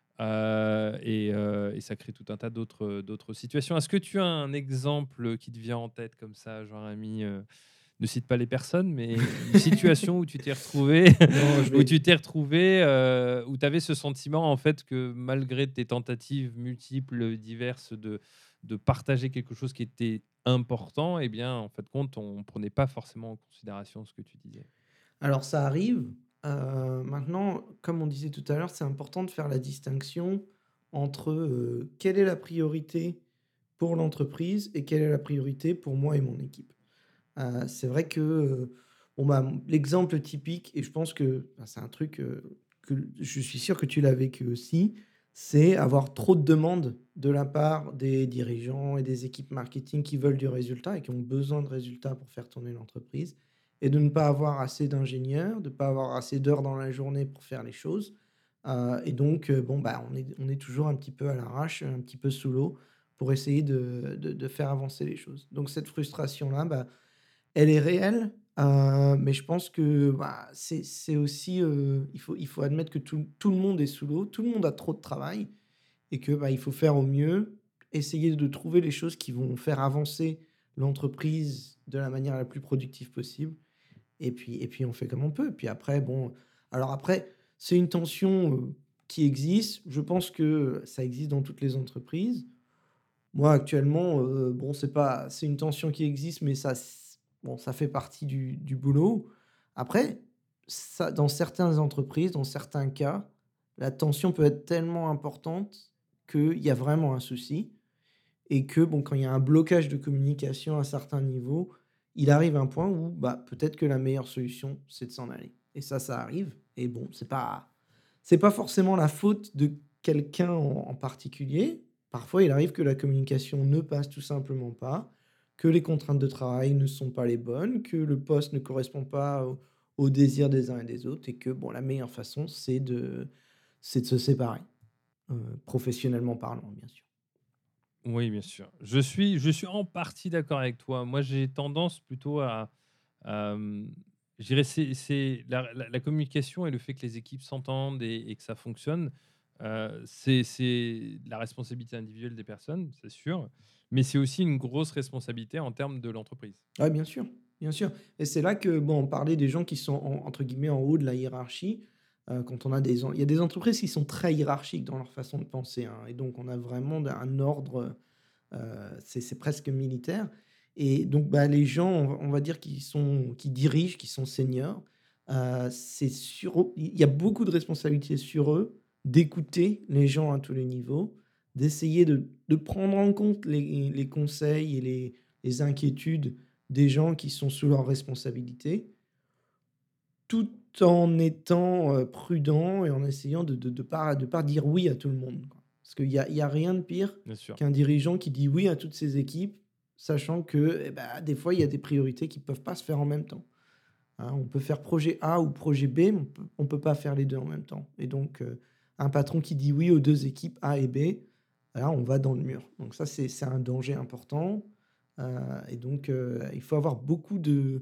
S2: heu et heu et ça crée tout un tas d'autres, d'autres situations. Est-ce que tu as un exemple qui te vient en tête comme ça, Jean-Rémy, heu? Ne cite pas les personnes, mais une situation où tu t'es retrouvé
S1: Non, je
S2: où
S1: vais
S2: tu t'es retrouvé, heu, où tu avais ce sentiment, en fait, que malgré tes tentatives multiples, diverses de de partager quelque chose qui était important et bien, en fait de compte, on prenait pas forcément en considération ce que tu disais.
S1: alors ça arrive, heu, maintenant, comme on disait tout à l'heure, c'est important de faire la distinction entre, heu, quelle est la priorité pour l'entreprise et quelle est la priorité pour moi et mon équipe. Heu, c'est vrai que, heu, bon, bah, mmh, l'exemple typique et je pense que, bah, c'est un truc, heu, que je suis sûr que tu l'as vécu aussi, c'est avoir trop de demandes de la part des dirigeants et des équipes marketing qui veulent du résultat et qui ont besoin de résultats pour faire tourner l'entreprise et de ne pas avoir assez d'ingénieurs, de ne pas avoir assez d'heures dans la journée pour faire les choses, heu et donc heu, bon, bah, on est on est toujours un petit peu à l'arrache, un petit peu sous l'eau pour essayer de de de faire avancer les choses. Donc cette frustration-là, bah, elle est réelle, heu, mais je pense que, bah, c'est c'est aussi, heu, il faut il faut admettre que tout tout le monde est sous l'eau, tout le monde a trop de travail et que, bah, il faut faire au mieux, essayer de trouver les choses qui vont faire avancer l'entreprise de la manière la plus productive possible et puis et puis on fait comme on peut. Puis après bon, alors après, c'est une tension, heu, qui existe. Je pense que ça existe dans toutes les entreprises. Moi, actuellement, heu, bon, c'est pas c'est une tension qui existe, mais ça s bon, ça fait partie du du boulot. Après, ça dans certaines entreprises, dans certains cas, la tension peut être tellement importante qu'il y a vraiment un souci et que, bon, quand il y a un blocage de communication à un certain niveau, il arrive un point où, bah, peut-être que la meilleure solution, c'est de s'en aller et ça, ça arrive Et bon, c'est pas c'est pas forcément la faute de quelqu'un en en particulier. Parfois, il arrive que la communication ne passe tout simplement pas, que les contraintes de travail ne sont pas les bonnes, que le poste ne correspond pas au aux désirs des uns et des autres et que bon, la meilleure façon, c'est de c'est de se séparer, heu, professionnellement parlant, bien sûr.
S2: Oui, bien sûr. Je suis je suis en partie d'accord avec toi. Moi, j'ai tendance plutôt à, hem, je dirais c'est c'est la la la communication et le fait que les équipes s'entendent et et que ça fonctionne, heu, c'est c'est la responsabilité individuelle des personnes, c'est sûr, mais c'est aussi une grosse responsabilité en termes de l'entreprise.
S1: Ouais, bien sûr, bien sûr et c'est là que, bon, on parlait des gens qui sont en entre guillemets «en haut de la hiérarchie», heu, quand on a des en il y a des entreprises qui sont très hiérarchiques dans leur façon de penser, hein et donc on a vraiment d un ordre, heu, c'est c'est presque militaire et donc bah, les gens, on va on va dire qui sont qui dirigent, qui sont seniors, heu, c'est sur eux il y a beaucoup de responsabilités sur eux d'écouter les gens à tous les niveaux, d'essayer de de prendre en compte les les conseils et les les inquiétudes des gens qui sont sous leur responsabilité, tout en étant, heu, prudent et en essayant de de de pas de pas dire «oui» à tout le monde, quoi. Parce qu'il y a il y a rien de pire
S2: Bien sûr.
S1: qu'un dirigeant qui dit «oui» à toutes ses équipes, sachant que, et bah, des fois, il y a des priorités qui peuvent pas se faire en même temps, hein. On peut faire projet A ou projet B, mais on peut on peut pas faire les deux en même temps et donc heu, un patron qui dit «oui» aux deux équipes A et B, là, on va dans le mur. Donc ça, c'est c'est un danger important, heu et donc heu, il faut avoir beaucoup de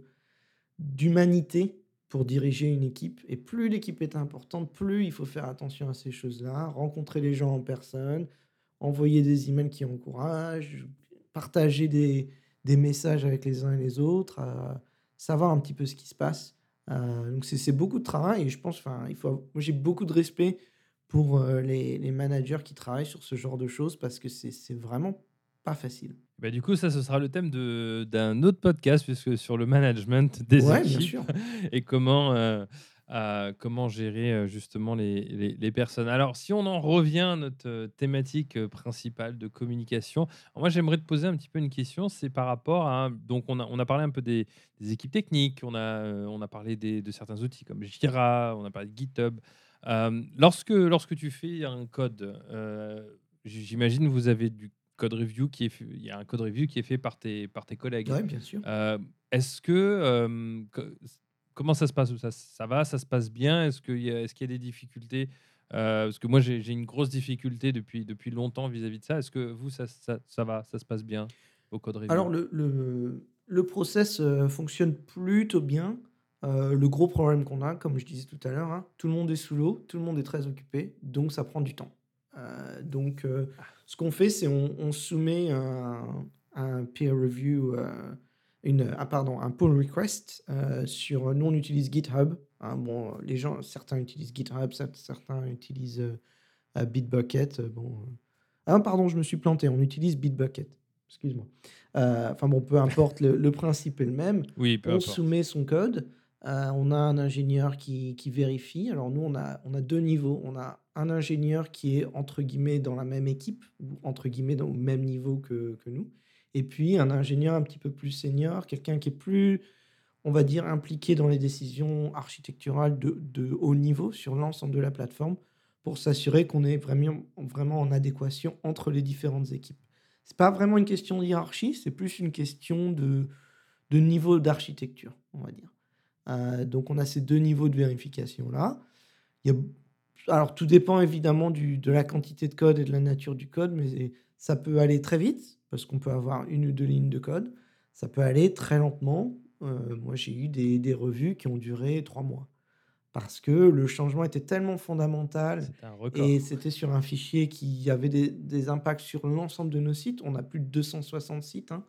S1: d'humanité pour diriger une équipe et plus l'équipe est importante, plus il faut faire attention à ces choses-là, rencontrer les gens en personne, envoyer des emails qui encouragent, partager des des messages avec les uns et les autres, heu, savoir un petit peu ce qui se passe. Heu, donc c'est c'est beaucoup de travail et je pense, enfin, il faut av moi j'ai beaucoup de respect pour, heu, les les managers qui travaillent sur ce genre de choses parce que c'est c'est vraiment pas facile.
S2: Bah, du coup, ça, ce sera le thème de d'un autre podcast puisque sur le management des
S1: Ouais, bien
S2: équipes
S1: sûr.
S2: et comment, heu, heu, comment gérer, heu, justement les les les personnes. Alors si on en revient à notre, heu, thématique, heu, principale de communication, moi j'aimerais te poser un petit peu une question, c'est par rapport à donc on a on a parlé un peu des des équipes techniques, on a, heu, on a parlé des de certains outils comme Jira, on a parlé de GitHub. Hem, lorsque lorsque tu fais un code, heu, j j'imagine vous avez du code review qui est f il y a un code review qui est fait par tes par tes collègues.
S1: Ouais, bien sûr.
S2: Heu, est-ce que, hem, que s comment ça se passe? Ça ça va, ça se passe bien? Est-ce qu'il y a est-ce qu'il y a des difficultés? Heu, parce que moi j'ai j'ai une grosse difficulté depuis depuis longtemps vis-à-vis de ça. Est-ce que vous ça ça ça va, ça se passe bien, vos code
S1: Alors
S2: review?
S1: le le le process, heu, fonctionne plutôt bien. Heu, le gros problème qu'on a, comme je disais tout à l'heure, hein, tout le monde est sous l'eau, tout le monde est très occupé, donc ça prend du temps. Heu, donc heu, ce qu'on fait, c'est on on soumet un un peer review, heu, une, ah pardon, un pull request, heu, sur nous on utilise GitHub, hein. Bon, les gens certains utilisent GitHub, cer certains utilisent, heu, heu, Bitbucket, heu, bon, heu ah pardon, je me suis planté, on utilise Bitbucket, excuse-moi. Heu, enfin bon, peu importe, le le principe est le même.
S2: Oui, peu
S1: On
S2: importe.
S1: soumet son code, heu, on a un ingénieur qui qui vérifie. Alors nous, on a on a deux niveaux. On a un ingénieur qui est entre guillemets «dans la même équipe» ou entre guillemets «dans au même niveau que que nous» et puis un ingénieur un petit peu plus senior, quelqu'un qui est plus, on va dire, impliqué dans les décisions architecturales de de haut niveau sur l'ensemble de la plateforme, pour s'assurer qu'on est vraiment vraiment en adéquation entre les différentes équipes. C'est pas vraiment une question de hiérarchie, c'est plus une question de de niveau d'architecture, on va dire. Heu, donc on a ces deux niveaux de vérification-là. Il y a alors tout dépend évidemment du de la quantité de code et de la nature du code, mais ça peut aller très vite, parce qu'on peut avoir une ou deux lignes de code. Ça peut aller très lentement. Heu, moi, j'ai eu des des revues qui ont duré trois mois. Parce que le changement était tellement fondamental
S2: C'était un
S1: et
S2: record.
S1: c'était sur un fichier qui avait des des impacts sur l'ensemble de nos sites. On a plus de deux cent soixante sites, hein.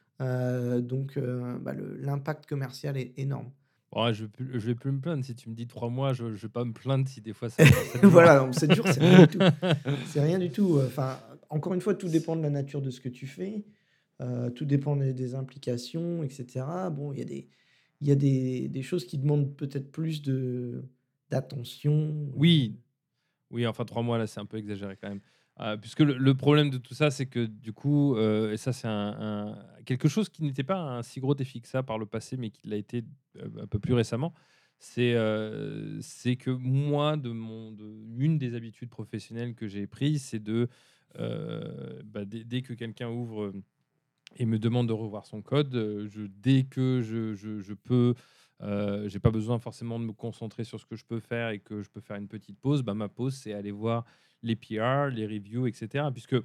S1: Heu, donc heu, bah, le l'impact commercial est énorme.
S2: Oh, je vais plus je vais plus me plaindre si tu me dis trois mois, je je vais pas me plaindre si des fois ça prend sept jours.
S1: Voilà, donc sept jours, c'est rien du tout. C'est rien du tout, heu, enfin, encore une fois, tout dépend de la nature de ce que tu fais, heu, tout dépend des des implications et cetera. Bon, il y a des il y a des des choses qui demandent peut-être plus de d'attention et
S2: Oui. Oui, enfin trois mois là, c'est un peu exagéré quand même. Heu, puisque le le problème de tout ça, c'est que du coup, heu et ça c'est un un quelque chose qui n'était pas un si gros défi que ça par le passé, mais qui l'a été, heu, un peu plus récemment, C'est, heu, c'est que moi, de mon de une des habitudes professionnelles que j'ai prises, c'est de, heu, bah, dès dès que quelqu'un ouvre, hem et me demande de revoir son code, heu, je dès que je je je peux, heu, j'ai pas besoin forcément de me concentrer sur ce que je peux faire et que je peux faire une petite pause, bah, ma pause, c'est aller voir les P R, les reviews et cetera. Puisque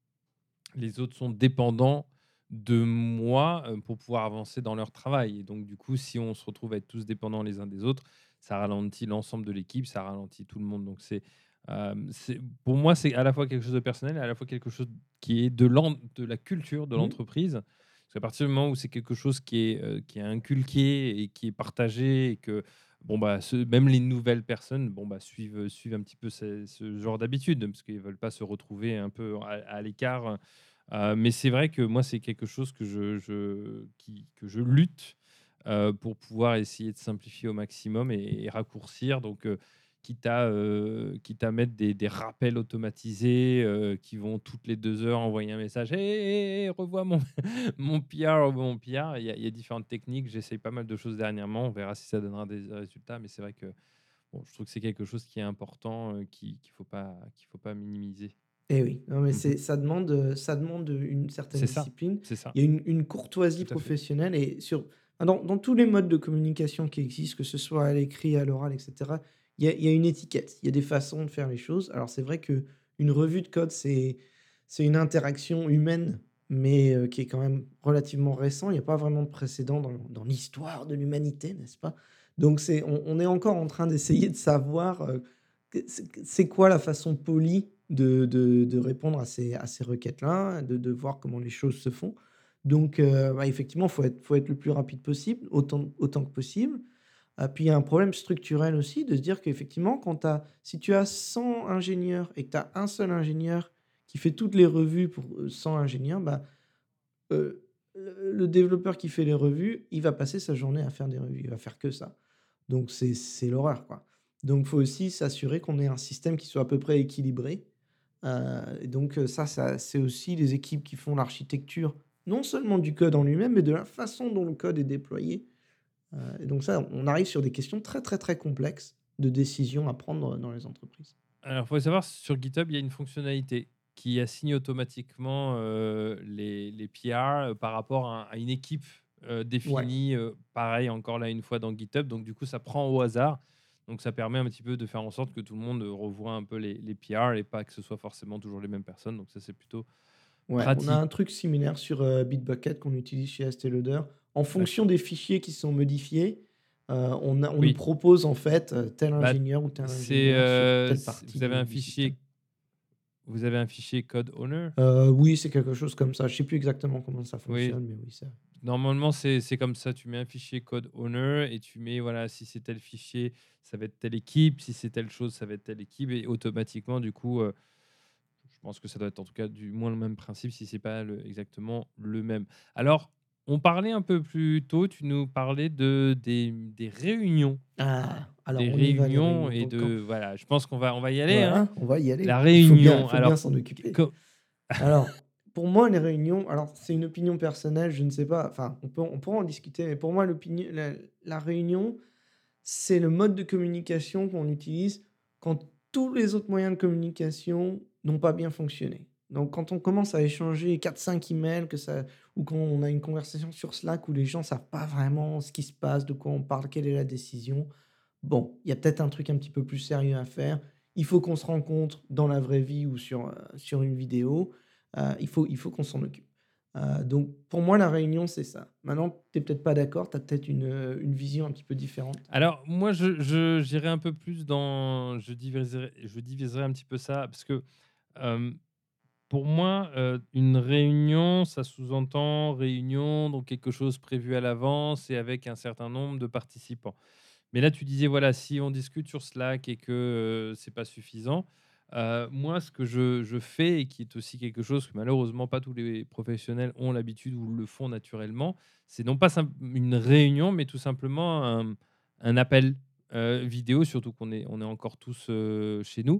S2: les autres sont dépendants de moi, heu, pour pouvoir avancer dans leur travail et donc du coup, si on se retrouve à être tous dépendants les uns des autres, ça ralentit l'ensemble de l'équipe, ça ralentit tout le monde. Donc c'est, hem, c'est pour moi, c'est à la fois quelque chose de personnel et à la fois quelque chose qui est de l'en de la culture de
S1: Mmh.
S2: l'entreprise. Parce qu'à partir du moment où c'est quelque chose qui est, heu, qui est inculqué et qui est partagé et que, bon, bah, ceux même les nouvelles personnes, bon, bah, suivent, suivent un petit peu ce ce genre d'habitude, parce qu'ils veulent pas se retrouver un peu à à l'écart. Heu, mais c'est vrai que moi, c'est quelque chose que je je qui que je lutte, heu, pour pouvoir essayer de simplifier au maximum et et raccourcir donc heu, quitte à, heu, quitte à mettre des des rappels automatisés, heu, qui vont toutes les deux heures envoyer un message: «Hé, hé, hé, revois mon mon P R, revois mon P R». Il y a il y a différentes techniques. J'essaye pas mal de choses dernièrement. On verra si ça donnera des résultats, mais c'est vrai que, bon, je trouve que c'est quelque chose qui est important, heu, qui qu'il faut pas qu'il faut pas minimiser.
S1: Et oui, non mais
S2: Mmh.
S1: c'est ça demande, heu, ça demande, une certaine
S2: C'est ça,
S1: discipline.
S2: c'est ça.
S1: Il y a une une courtoisie
S2: Tout à fait.
S1: professionnelle et sur ah, dans dans tous les modes de communication qui existent, que ce soit à l'écrit, à l'oral et cetera, il y a il y a une étiquette, il y a des façons de faire les choses. Alors c'est vrai que une revue de code, c'est c'est une interaction humaine, mais heu, qui est quand même relativement récent. Il y a pas vraiment de précédent dans dans l'histoire de l'humanité, n'est-ce pas? Donc c'est on on est encore en train d'essayer de savoir, heu, que c'est c'est quoi la façon polie de de de répondre à ces à ces requêtes-là, de de voir comment les choses se font. Donc heu, bah, effectivement, faut être faut être le plus rapide possible, autant autant que possible. Ah, puis il y a un problème structurel aussi de se dire qu'effectivement, quand tu si tu as cent ingénieurs et que tu as un seul ingénieur qui fait toutes les revues pour, heu, cent ingénieurs, bah, heu, le le développeur qui fait les revues, il va passer sa journée à faire des revues, il va faire que ça. Donc c'est c'est l'horreur, quoi. Donc il faut aussi s'assurer qu'on ait un système qui soit à peu près équilibré. Heu et donc heu, ça ça c'est aussi les équipes qui font l'architecture, non seulement du code en lui-même, mais de la façon dont le code est déployé. Heu et donc ça, on arrive sur des questions très, très, très complexes de décisions à prendre dans les entreprises.
S2: Alors, il faut savoir, sur GitHub, il y a une fonctionnalité qui assigne automatiquement, heu, les les P R, heu, par rapport à à une équipe, heu,
S1: Ouais.
S2: définie, heu, pareil encore là une fois dans GitHub, donc du coup ça prend au hasard. Donc ça permet un petit peu de faire en sorte que tout le monde, heu, revoit un peu les les P R et pas que ce soit forcément toujours les mêmes personnes, donc ça c'est plutôt
S1: Ouais, on a
S2: pratique.
S1: un truc similaire sur, heu, Bitbucket qu'on utilise chez Estée Lauder. En fonction
S2: D'accord.
S1: des fichiers qui sont modifiés, heu, on a on nous
S2: Oui,
S1: propose en fait, heu, tel
S2: bah,
S1: ingénieur ou tel
S2: c'est,
S1: ingénieur sur
S2: heu,
S1: telle
S2: c
S1: partie
S2: vous avez
S1: du
S2: un
S1: du système.
S2: fichier vous avez un fichier code owner?
S1: Heu, oui, c'est quelque chose comme ça. Je sais plus exactement comment ça
S2: Oui.
S1: fonctionne, mais oui, ça
S2: Normalement, c'est c'est comme ça. Tu mets un fichier code owner et tu mets, voilà, si c'est tel fichier, ça va être telle équipe. Si c'est telle chose, ça va être telle équipe. Et automatiquement, du coup, euh, je pense que ça doit être en tout cas du moins le même principe si c'est pas le- exactement le même. Alors, on parlait un peu plus tôt, tu nous parlais de, des, des réunions.
S1: ah! Alors
S2: Des
S1: on y va les
S2: réunions
S1: réunions.
S2: et
S1: Donc quand
S2: de. Voilà, je pense qu'on va, on va y aller, hein.
S1: voilà, on va y aller.
S2: La
S1: Il faut bien il
S2: réunion.
S1: faut bien
S2: Alors,
S1: s'en occuper.
S2: co-
S1: Alors, pour moi, les réunions alors c'est une opinion personnelle, je ne sais pas, enfin, on peut on pourra en discuter, mais pour moi, l'opinion la la réunion, c'est le mode de communication qu'on utilise quand tous les autres moyens de communication n'ont pas bien fonctionné. Donc quand on commence à échanger quatre cinq emails, que ça ou quand on a une conversation sur Slack où les gens savent pas vraiment ce qui se passe, de quoi on parle, quelle est la décision, bon, il y a peut-être un truc un petit peu plus sérieux à faire. Il faut qu'on se rencontre dans la vraie vie ou sur, heu, sur une vidéo. Heu, il faut il faut qu'on s'en occupe. Heu, donc pour moi, la réunion, c'est ça. Maintenant, tu es peut-être pas d'accord, tu as peut-être une, heu, une vision un petit peu différente?
S2: Alors, moi, je je j'irais un peu plus dans je diviserais je diviserais un petit peu ça parce que, hem, pour moi, heu, une réunion, ça sous-entend réunion, donc quelque chose prévu à l'avance et avec un certain nombre de participants. Mais là, tu disais, voilà, si on discute sur Slack et que, heu, c'est pas suffisant, heu, moi, ce que je je fais et qui est aussi quelque chose que malheureusement pas tous les professionnels ont l'habitude ou le font naturellement, c'est non pas simp une réunion, mais tout simplement un un appel, heu, vidéo, surtout qu'on est on est encore tous, heu, chez nous,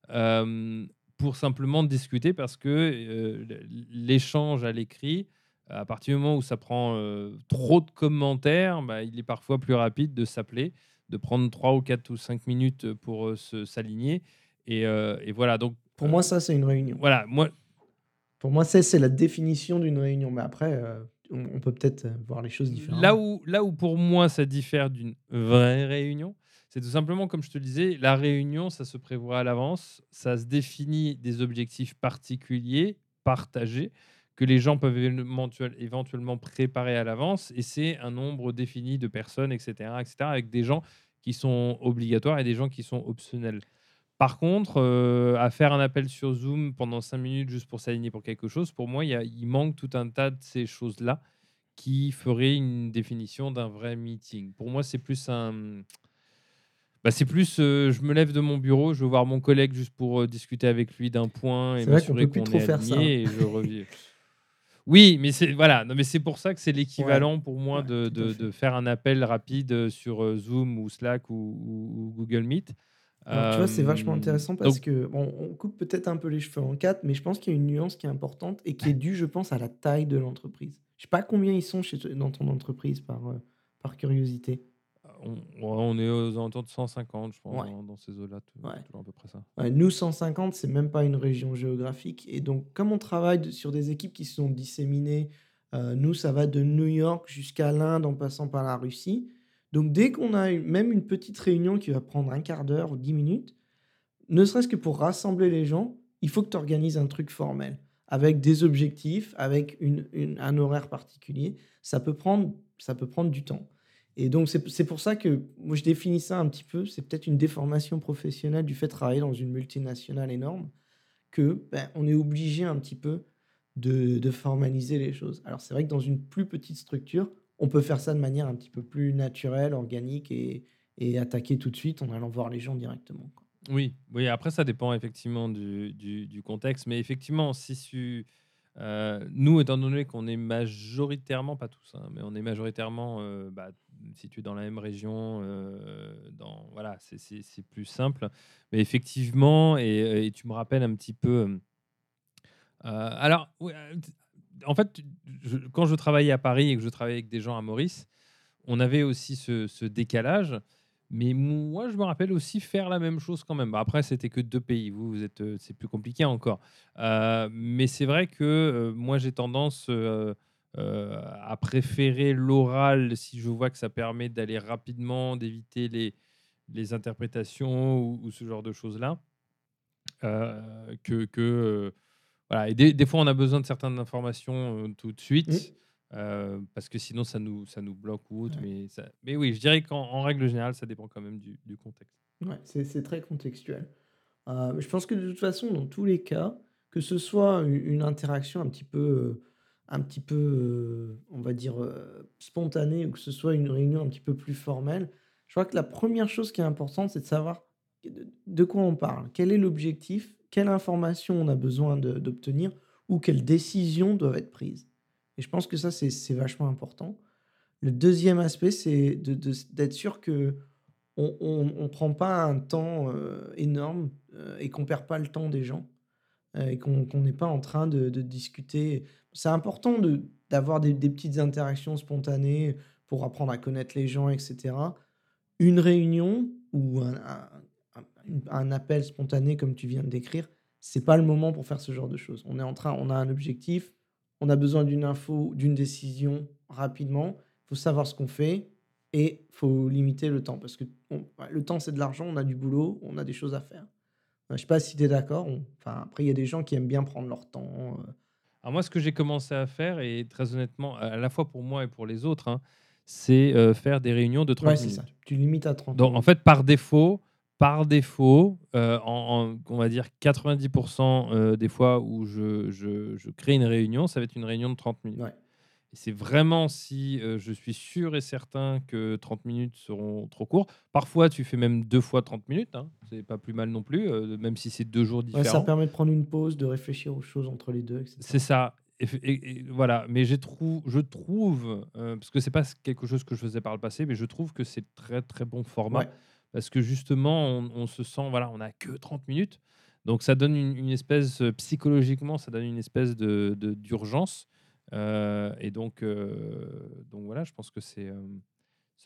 S2: hem, pour simplement discuter parce que, heu, l l'échange à l'écrit, à partir du moment où ça prend, heu, trop de commentaires, bah, il est parfois plus rapide de s'appeler. de prendre trois ou quatre ou cinq minutes pour, heu, se s'aligner et heu et voilà donc
S1: Pour moi,
S2: heu,
S1: ça, c'est une réunion.
S2: voilà, moi
S1: Pour moi, ça, c'est la définition d'une réunion. Mais après, heu, on on peut peut-être, heu, voir les choses
S2: là
S1: différemment.
S2: où là où pour moi ça diffère d'une vraie réunion, c'est tout simplement comme je te le disais, la réunion, ça se prévoit à l'avance, ça se définit des objectifs particuliers, partagés, que les gens peuvent éventuel éventuellement préparer à l'avance et c'est un nombre défini de personnes et cetera et cetera, avec des gens qui sont obligatoires et des gens qui sont optionnels. Par contre, heu, à faire un appel sur Zoom pendant cinq minutes juste pour s'aligner pour quelque chose, pour moi, il y a il manque tout un tas de ces choses-là qui feraient une définition d'un vrai meeting. Pour moi, c'est plus un, mmh, bah, c'est plus, heu, je me lève de mon bureau, je veux voir mon collègue juste pour, heu, discuter avec lui d'un point et
S1: C'est vrai qu'on
S2: m'assurer
S1: peut plus
S2: qu'on
S1: trop
S2: est
S1: faire ça, hein.
S2: aligné et je reviens. Oui, mais c'est voilà, non, mais c'est pour ça que c'est
S1: Ouais,
S2: l'équivalent pour moi
S1: ouais,
S2: de
S1: tout à
S2: de
S1: fait.
S2: de faire un appel rapide, heu, sur, heu, Zoom ou Slack ou ou ou Google Meet.
S1: Alors, tu vois, c'est vachement
S2: Hem,
S1: intéressant parce
S2: donc
S1: que, bon, on coupe peut-être un peu les cheveux en quatre, mais je pense qu'il y a une nuance qui est importante et qui est due, je pense, à la taille de l'entreprise. Je sais pas combien ils sont chez toi dans ton entreprise par, heu, par curiosité?
S2: on ouais, on est aux alentours de cent cinquante, je pense,
S1: Ouais,
S2: dans dans ces eaux-là, tou
S1: ouais.
S2: toujours à peu près ça.
S1: Ouais, nous, cent cinquante, c'est même pas une région géographique et donc comme on travaille de sur des équipes qui sont disséminées, heu, nous, ça va de New York jusqu'à l'Inde en passant par la Russie. Donc dès qu'on a une même une petite réunion qui va prendre un quart d'heure ou dix minutes, ne serait-ce que pour rassembler les gens, il faut que tu organises un truc formel, avec des objectifs, avec une une un horaire particulier. Ça peut prendre ça peut prendre du temps et donc c'est c'est pour ça que moi je définis ça un petit peu, c'est peut-être une déformation professionnelle du fait de travailler dans une multinationale énorme que, ben, on est obligé un petit peu de de formaliser les choses. Alors c'est vrai que dans une plus petite structure, on peut faire ça de manière un petit peu plus naturelle, organique et et attaquer tout de suite en allant voir les gens directement, quoi.
S2: Oui, oui, après ça dépend effectivement du du du contexte, mais effectivement, si tu heu, nous, étant donné qu'on est majoritairement, pas tous, hein, mais on est majoritairement, heu, bah, situés dans la même région, heu, dans voilà, c'est c'est c'est plus simple. Mais effectivement et et tu me rappelles un petit peu, hem, heu, alors ouais, heu, t en fait, je quand je travaillais à Paris et que je travaillais avec des gens à Maurice, on avait aussi ce ce décalage, mais moi, je me rappelle aussi faire la même chose quand même. Bah, après, c'était que deux pays. Vous, vous êtes, heu, c'est plus compliqué encore. Heu, mais c'est vrai que, heu, moi, j'ai tendance, heu heu, à préférer l'oral si je vois que ça permet d'aller rapidement, d'éviter les les interprétations ou ou ce genre de choses-là, heu, que que, heu voilà et des des fois, on a besoin de certaines informations, heu, tout de
S1: Mmh.
S2: suite, heu, parce que sinon ça nous ça nous bloque ou autre,
S1: Ouais,
S2: mais ça mais oui, je dirais qu'en en règle générale, ça dépend quand même du du contexte.
S1: ouais, c'est c'est très contextuel. Heu, je pense que de toute façon, dans tous les cas, que ce soit u une interaction un petit peu, heu, un petit peu, heu, on va dire, heu, spontanée ou que ce soit une réunion un petit peu plus formelle, je crois que la première chose qui est importante, c'est de savoir de de quoi on parle. Quel est l'objectif? Quelle information on a besoin de d'obtenir ou quelles décisions doivent être prises? Et je pense que ça, c'est c'est vachement important. Le deuxième aspect, c'est de de s d'être sûr que on on on prend pas un temps, heu, énorme, heu, et qu'on perd pas le temps des gens, heu, et qu'on qu'on n'est pas en train de de discuter. C'est important de d'avoir des des petites interactions spontanées pour apprendre à connaître les gens et cetera. Une réunion ou un un un une un appel spontané comme tu viens de décrire, c'est pas le moment pour faire ce genre de choses. On est en train on a un objectif, on a besoin d'une info, d'une décision rapidement. Il faut savoir ce qu'on fait et faut limiter le temps parce que on ouais, le temps, c'est de l'argent, on a du boulot, on a des choses à faire. Heu, je sais pas si tu es d'accord? On enfin, après, il y a des gens qui aiment bien prendre leur temps, heu
S2: Alors moi, ce que j'ai commencé à faire et très honnêtement, à la fois pour moi et pour les autres, hein, c'est, heu, faire des réunions de
S1: ouais,
S2: trente
S1: c'est ça.
S2: minutes.
S1: Tu limites à trente
S2: Donc en
S1: minutes.
S2: fait, par défaut par défaut, heu, en en on va dire quatre-vingt-dix heu, des fois où je je je crée une réunion, ça va être une réunion de trente minutes.
S1: Ouais.
S2: Et c'est vraiment si, heu, je suis sûr et certain que trente minutes seront trop courts. Parfois, tu fais même deux fois trente minutes, hein, c'est pas plus mal non plus, heu, même si c'est deux jours
S1: Ouais, ça
S2: différents.
S1: permet de prendre une pause, de réfléchir aux choses entre les deux et
S2: C'est
S1: cetera.
S2: ça et f et et voilà, mais j'ai trou je trouve, heu, parce que c'est pas quelque chose que je faisais par le passé, mais je trouve que c'est très, très bon format
S1: Ouais.
S2: parce que justement on on se sent voilà, on a que trente minutes, donc ça donne une une espèce, heu, psychologiquement, ça donne une espèce de de d'urgence, heu et donc heu, donc voilà, je pense que c'est, hem,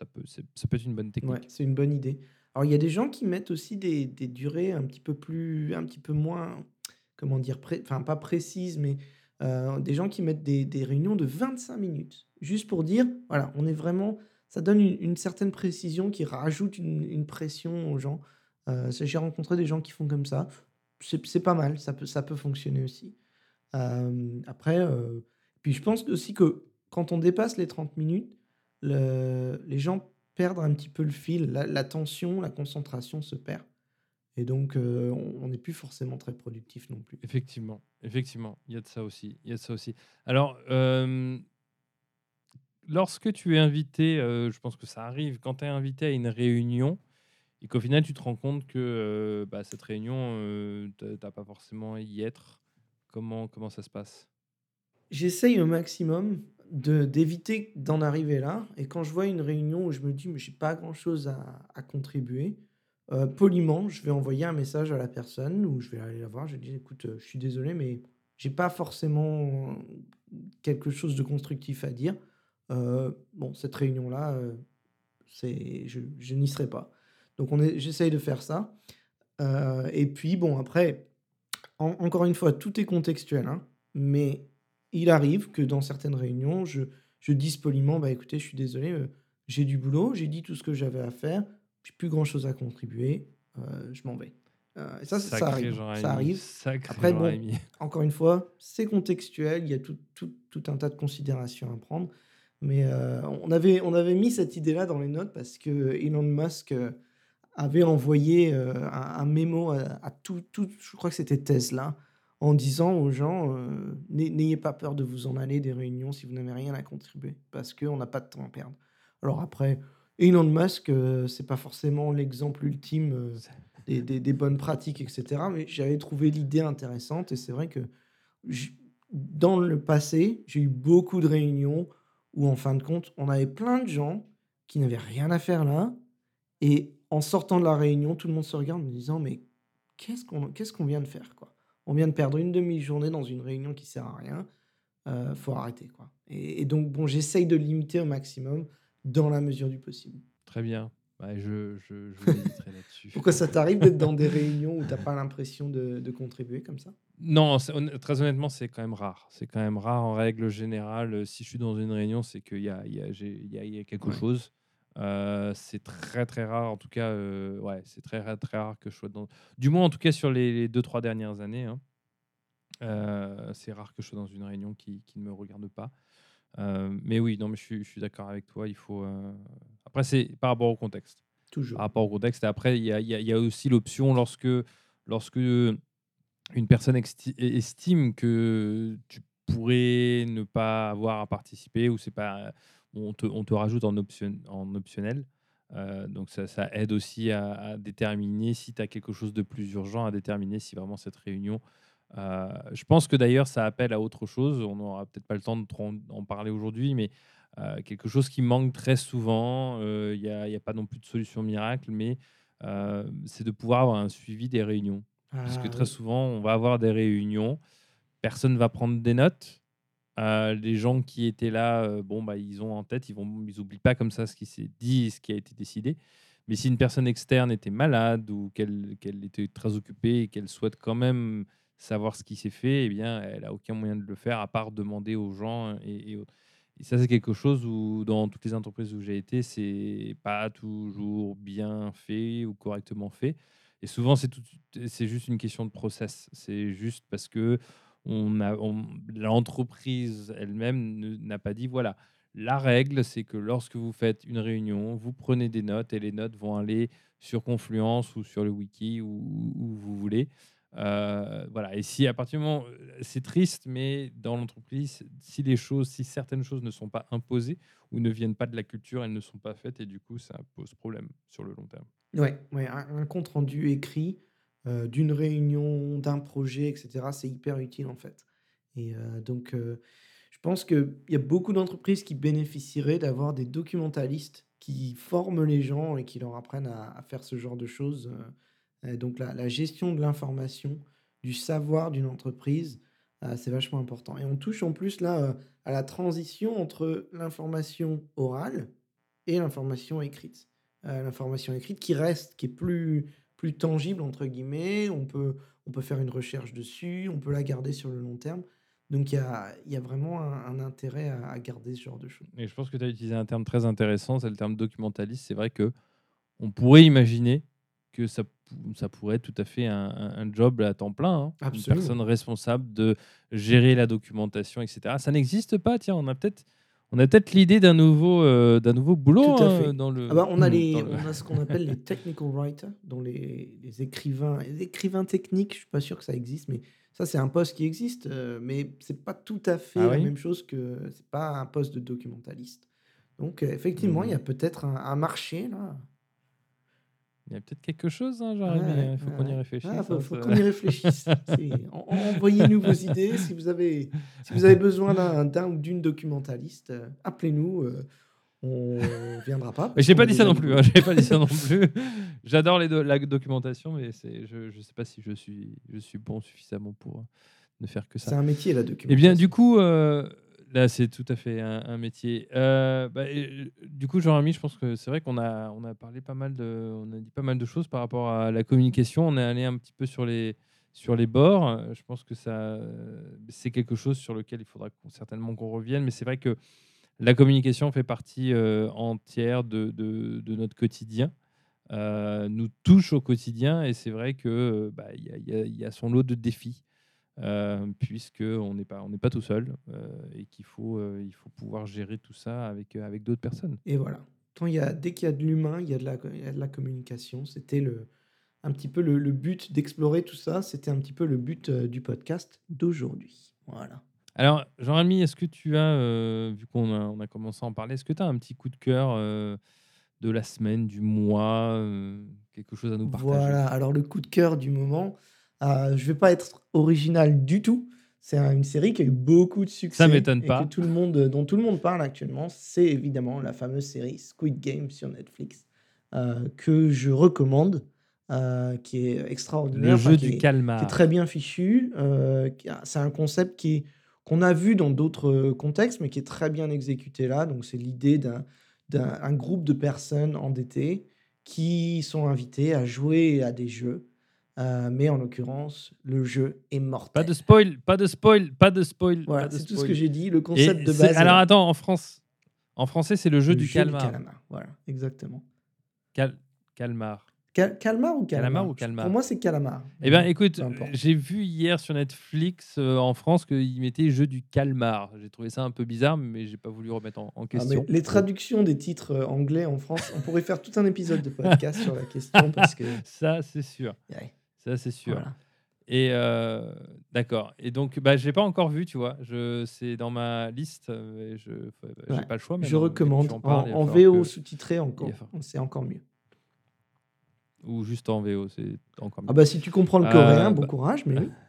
S2: ça peut c'est ça peut être une bonne
S1: Ouais,
S2: technique.
S1: c'est une bonne idée. Alors, il y a des gens qui mettent aussi des des durées un petit peu plus un petit peu moins, comment dire? Pré enfin, pas précises, mais, heu, des gens qui mettent des des réunions de vingt-cinq minutes. Juste pour dire: «Voilà, on est vraiment» ça donne une une certaine précision qui rajoute une une pression aux gens. Heu, ça j'ai rencontré des gens qui font comme ça. C'est c'est pas mal, ça peut ça peut fonctionner aussi. Hem, après, heu, puis je pense aussi que quand on dépasse les trente minutes, le les gens perdent un petit peu le fil, la l'attention, la concentration se perd et donc heu, on on n'est plus forcément très productif non plus.
S2: Effectivement, effectivement, il y a de ça aussi, il y a de ça aussi. Alors, hem, lorsque tu es invité, heu, je pense que ça arrive, quand tu es invité à une réunion et qu'au final tu te rends compte que, heu, bah, cette réunion, heu, tu as pas forcément à y être, comment comment ça se passe?
S1: J'essaye au maximum de d'éviter d'en arriver là et quand je vois une réunion où je me dis: «Mais j'ai pas grand-chose à à contribuer», heu, poliment, je vais envoyer un message à la personne ou je vais aller la voir, je lui dis: «Écoute, heu, je suis désolé mais j'ai pas forcément quelque chose de constructif à dire. Heu, bon cette réunion-là, heu, c'est je je n'y serai pas». Donc on est j'essaye de faire ça, heu et puis bon après en encore une fois, tout est contextuel, hein, mais il arrive que dans certaines réunions, je je dise poliment: «Bah, écoutez, je suis désolé, heu, j'ai du boulot, j'ai dit tout ce que j'avais à faire, j'ai plus grand chose à contribuer, heu, je m'en vais». Heu et ça, ça
S2: Sacré
S1: arrive, hein, ça
S2: Jean-Rémy,
S1: arrive.
S2: sacré
S1: Après bon,
S2: Jean-Rémy.
S1: encore une fois, c'est contextuel, il y a tout tout tout un tas de considérations à prendre, mais heu, on avait on avait mis cette idée-là dans les notes parce que Elon Musk, heu, avait envoyé, heu, un un mémo à à tout tout je crois que c'était Tesla, en disant aux gens, heu: «N'ay n'ayez pas peur de vous en aller des réunions si vous n'avez rien à contribuer, parce qu'on n'a pas de temps à perdre». Alors après, Elon Musk, heu, c'est pas forcément l'exemple ultime, heu, des des des bonnes pratiques et cetera, mais j'avais trouvé l'idée intéressante et c'est vrai que j dans le passé, j'ai eu beaucoup de réunions où en fin de compte, on avait plein de gens qui n'avaient rien à faire là et en sortant de la réunion, tout le monde se regarde en me disant: «Mais qu'est-ce qu'on qu'est-ce qu'on vient de faire, quoi? On vient de perdre une demi-journée dans une réunion qui sert à rien, heu, faut arrêter, quoi» et et donc bon, j'essaye de limiter au maximum dans la mesure du possible.
S2: Très bien, bah, je je je méditerai là-dessus.
S1: Pourquoi ça t'arrive d'être dans des réunions où tu as pas l'impression de de contribuer comme ça?
S2: Non, c'est honn très honnêtement, c'est quand même rare. C'est quand même rare en règle générale, heu, si je suis dans une réunion, c'est qu'il y a il y a j'ai il y a il y a quelque
S1: Ouais.
S2: chose. Heu, c'est très, très rare en tout cas, heu, ouais, c'est très ra très rare que je sois dans du moins en tout cas sur les les deux trois dernières années, hein. Heu, c'est rare que je sois dans une réunion qui qui ne me regarde pas. Heu, mais oui, non, mais je suis je suis d'accord avec toi, il faut, heu après c'est par rapport au contexte. Par
S1: Toujours.
S2: rapport au contexte et après il y a il y a il y a aussi l'option lorsque lorsque une personne exti e estime que tu pourrais ne pas avoir à participer ou c'est pas on te on te rajoute en option en optionnel. Heu, donc ça ça aide aussi à à déterminer si tu as quelque chose de plus urgent, à déterminer si vraiment cette réunion, heu je pense que d'ailleurs ça appelle à autre chose. On n'aura peut-être pas le temps de trop en en parler aujourd'hui, mais heu, quelque chose qui manque très souvent, heu, il y a il y a pas non plus de solution miracle, mais heu, c'est de pouvoir avoir un suivi des réunions. Puisque
S1: Ah
S2: très
S1: oui.
S2: souvent, on va avoir des réunions, personne va prendre des notes. Heu, les gens qui étaient là, heu, bon, bah, ils ont en tête, ils vont ils oublient pas comme ça ce qui s'est dit, ce qui a été décidé. Mais si une personne externe était malade ou qu'elle qu'elle était très occupée et qu'elle souhaite quand même savoir ce qui s'est fait, eh bien, elle a aucun moyen de le faire à part demander aux gens et et autres. Et ça, c'est quelque chose où dans toutes les entreprises où j'ai été, c'est pas toujours bien fait ou correctement fait. Et souvent, c'est tout c'est juste une question de process. C'est juste parce que on a on l'entreprise elle-même ne n'a pas dit: «Voilà, la règle, c'est que lorsque vous faites une réunion, vous prenez des notes et les notes vont aller sur Confluence ou sur le wiki ou où où vous voulez». Heu, voilà et si à partir du moment heu, c'est triste, mais dans l'entreprise, si les choses si certaines choses ne sont pas imposées ou ne viennent pas de la culture, elles ne sont pas faites et du coup, ça pose problème sur le long terme.
S1: Ouais, ouais, un un compte rendu écrit, heu, d'une réunion, d'un projet et cetera, c'est hyper utile, en fait et heu, donc heu, je pense qu'il y a beaucoup d'entreprises qui bénéficieraient d'avoir des documentalistes qui forment les gens et qui leur apprennent à à faire ce genre de choses, heu et donc la la gestion de l'information, du savoir d'une entreprise, heu, c'est vachement important et on touche en plus là, heu, à la transition entre l'information orale et l'information écrite. Heu, l'information écrite qui reste, qui est plus plus «tangible» entre guillemets, on peut on peut faire une recherche dessus, on peut la garder sur le long terme. Donc il y a il y a vraiment un un intérêt à à garder ce genre de choses.
S2: Et je pense que tu as utilisé un terme très intéressant, c'est le terme documentaliste. C'est vrai que on pourrait imaginer que ça, pou- ça pourrait être tout à fait un, un- un job à temps plein, hein. Une
S1: Absolument,
S2: personne responsable de gérer la documentation, et cetera. Ça n'existe pas, tiens, on a peut-être on a peut-être l'idée d'un nouveau, euh, d'un nouveau
S1: tout
S2: boulot
S1: à
S2: hein,
S1: fait.
S2: dans
S1: Ah
S2: le,
S1: bah, on a
S2: dans
S1: les
S2: le...
S1: on a ce qu'on appelle les technical writers, dont les les écrivains les écrivains techniques, je suis pas sûr que ça existe, mais ça, c'est un poste qui existe, heu, mais c'est pas tout à fait
S2: Ah
S1: la
S2: oui.
S1: même chose que c'est pas un poste de documentaliste. Donc, heu, effectivement, il y a
S2: Hmm.
S1: peut-être un un marché là.
S2: Il y a peut-être quelque chose, hein,
S1: Ouais,
S2: Jérémy,
S1: ouais,
S2: hein, il faut
S1: ouais,
S2: qu'on y
S1: ouais. Ah,
S2: réfléchisse,
S1: faut
S2: hein,
S1: faut
S2: ça-
S1: qu'on y réfléchisse. C'est en en envoyez-nous vos idées. Si vous avez si vous avez besoin d'un d'un ou d'une documentaliste, heu, appelez-nous, heu, on viendra pas
S2: Mais
S1: parce
S2: j'ai
S1: qu'on
S2: pas
S1: a
S2: dit ça
S1: déjà
S2: non
S1: du
S2: plus, hein,
S1: boulot.
S2: j'ai pas dit ça non plus. J'adore les do- la documentation, mais c'est, je ne sais pas si je suis, je suis bon suffisamment pour euh, ne faire que
S1: C'est
S2: ça.
S1: un métier la
S2: Eh bien, du
S1: documentation.
S2: coup, euh, là, c'est tout à fait un, un métier. Euh, bah, et, euh, du coup, Jean-Rémy, je pense que c'est vrai qu'on a, on a parlé pas mal de, on a dit pas mal de choses par rapport à la communication. On est allé un petit peu sur les, sur les bords. Euh, Je pense que ça, euh, c'est quelque chose sur lequel il faudra qu'on- certainement qu'on revienne. Mais c'est vrai que la communication fait partie euh, entière de, de, de notre quotidien. Euh, nous touche au quotidien et c'est vrai que euh, bah, il y, a- il y a- il y a son lot de défis euh, puisque on n'est pas on n'est pas tout seul euh, et qu'il faut euh, il faut pouvoir gérer tout ça avec euh, avec d'autres personnes.
S1: Et voilà. Quand il y a dès qu'il y a de l'humain, il y a de la il y a de la communication. C'était le un petit peu le le but d'explorer tout ça. C'était un petit peu le but, heu, du podcast d'aujourd'hui. Voilà.
S2: Alors Jean-Rémy, est-ce que tu as euh, vu qu'on a, on a commencé à en parler, est-ce que tu as un petit coup de cœur euh, de la semaine, du mois, euh, quelque chose à nous partager?
S1: Voilà, alors le coup de cœur du moment, heu, je vais pas être original du tout. C'est un une série qui a eu beaucoup de
S2: Ça
S1: succès
S2: m'étonne
S1: et que
S2: pas.
S1: tout le monde, euh, dont tout le monde parle actuellement. C'est évidemment la fameuse série Squid Game sur Netflix, heu, que je recommande, heu, qui est
S2: Le
S1: extraordinaire, enfin
S2: jeu
S1: qui
S2: du
S1: est qui est très
S2: calmar.
S1: bien fichu, heu, qui a c'est un concept qui est qu'on a vu dans d'autres, heu, contextes, mais qui est très bien exécuté là. Donc c'est l'idée d'un d'un un groupe de personnes endettées qui sont invités à jouer à des jeux, heu, mais en l'occurrence, le jeu est
S2: Pas de
S1: mortel.
S2: spoil, pas de spoil, pas de spoil, pas
S1: Voilà,
S2: de
S1: c'est tout ce que
S2: spoil.
S1: j'ai dit. Le concept
S2: Et
S1: de
S2: c'est
S1: base est
S2: alors
S1: là.
S2: attends, en France, en français, c'est le jeu
S1: Le
S2: du
S1: jeu du
S2: calmar.
S1: calamar, voilà, exactement.
S2: Cal- calmar.
S1: Cal calmar ou
S2: Calamar
S1: calamar?
S2: ou
S1: Je pour
S2: calmar?
S1: moi, c'est calamar,
S2: Eh
S1: mais
S2: bien,
S1: bon,
S2: écoute,
S1: peu
S2: euh,
S1: importe.
S2: j'ai vu hier sur Netflix euh, en France qu'ils mettaient jeu du calmar. J'ai trouvé ça un peu bizarre, mais j'ai pas voulu remettre en, en
S1: Ah mais
S2: question.
S1: les
S2: Bon,
S1: traductions des titres, heu, anglais en France, on pourrait faire tout un épisode de podcast sur la question parce que
S2: ça c'est sûr,
S1: ouais,
S2: ça c'est sûr.
S1: voilà.
S2: Et euh, d'accord. Et donc, bah, je l'ai pas encore vu, tu vois. Je, c'est dans ma liste. euh, Et je, faut- bah,
S1: Ouais,
S2: j'ai pas le choix
S1: je
S2: maintenant. Dès que tu
S1: recommande.
S2: en
S1: En
S2: parles, il va
S1: en
S2: falloir
S1: V O
S2: que,
S1: sous-titré
S2: il va
S1: encore,
S2: falloir-
S1: c'est encore mieux.
S2: ou juste en V O, c'est encore
S1: Ah
S2: mieux.
S1: bah, si tu comprends le coréen,
S2: Euh,
S1: bon
S2: bah,
S1: courage, mais oui.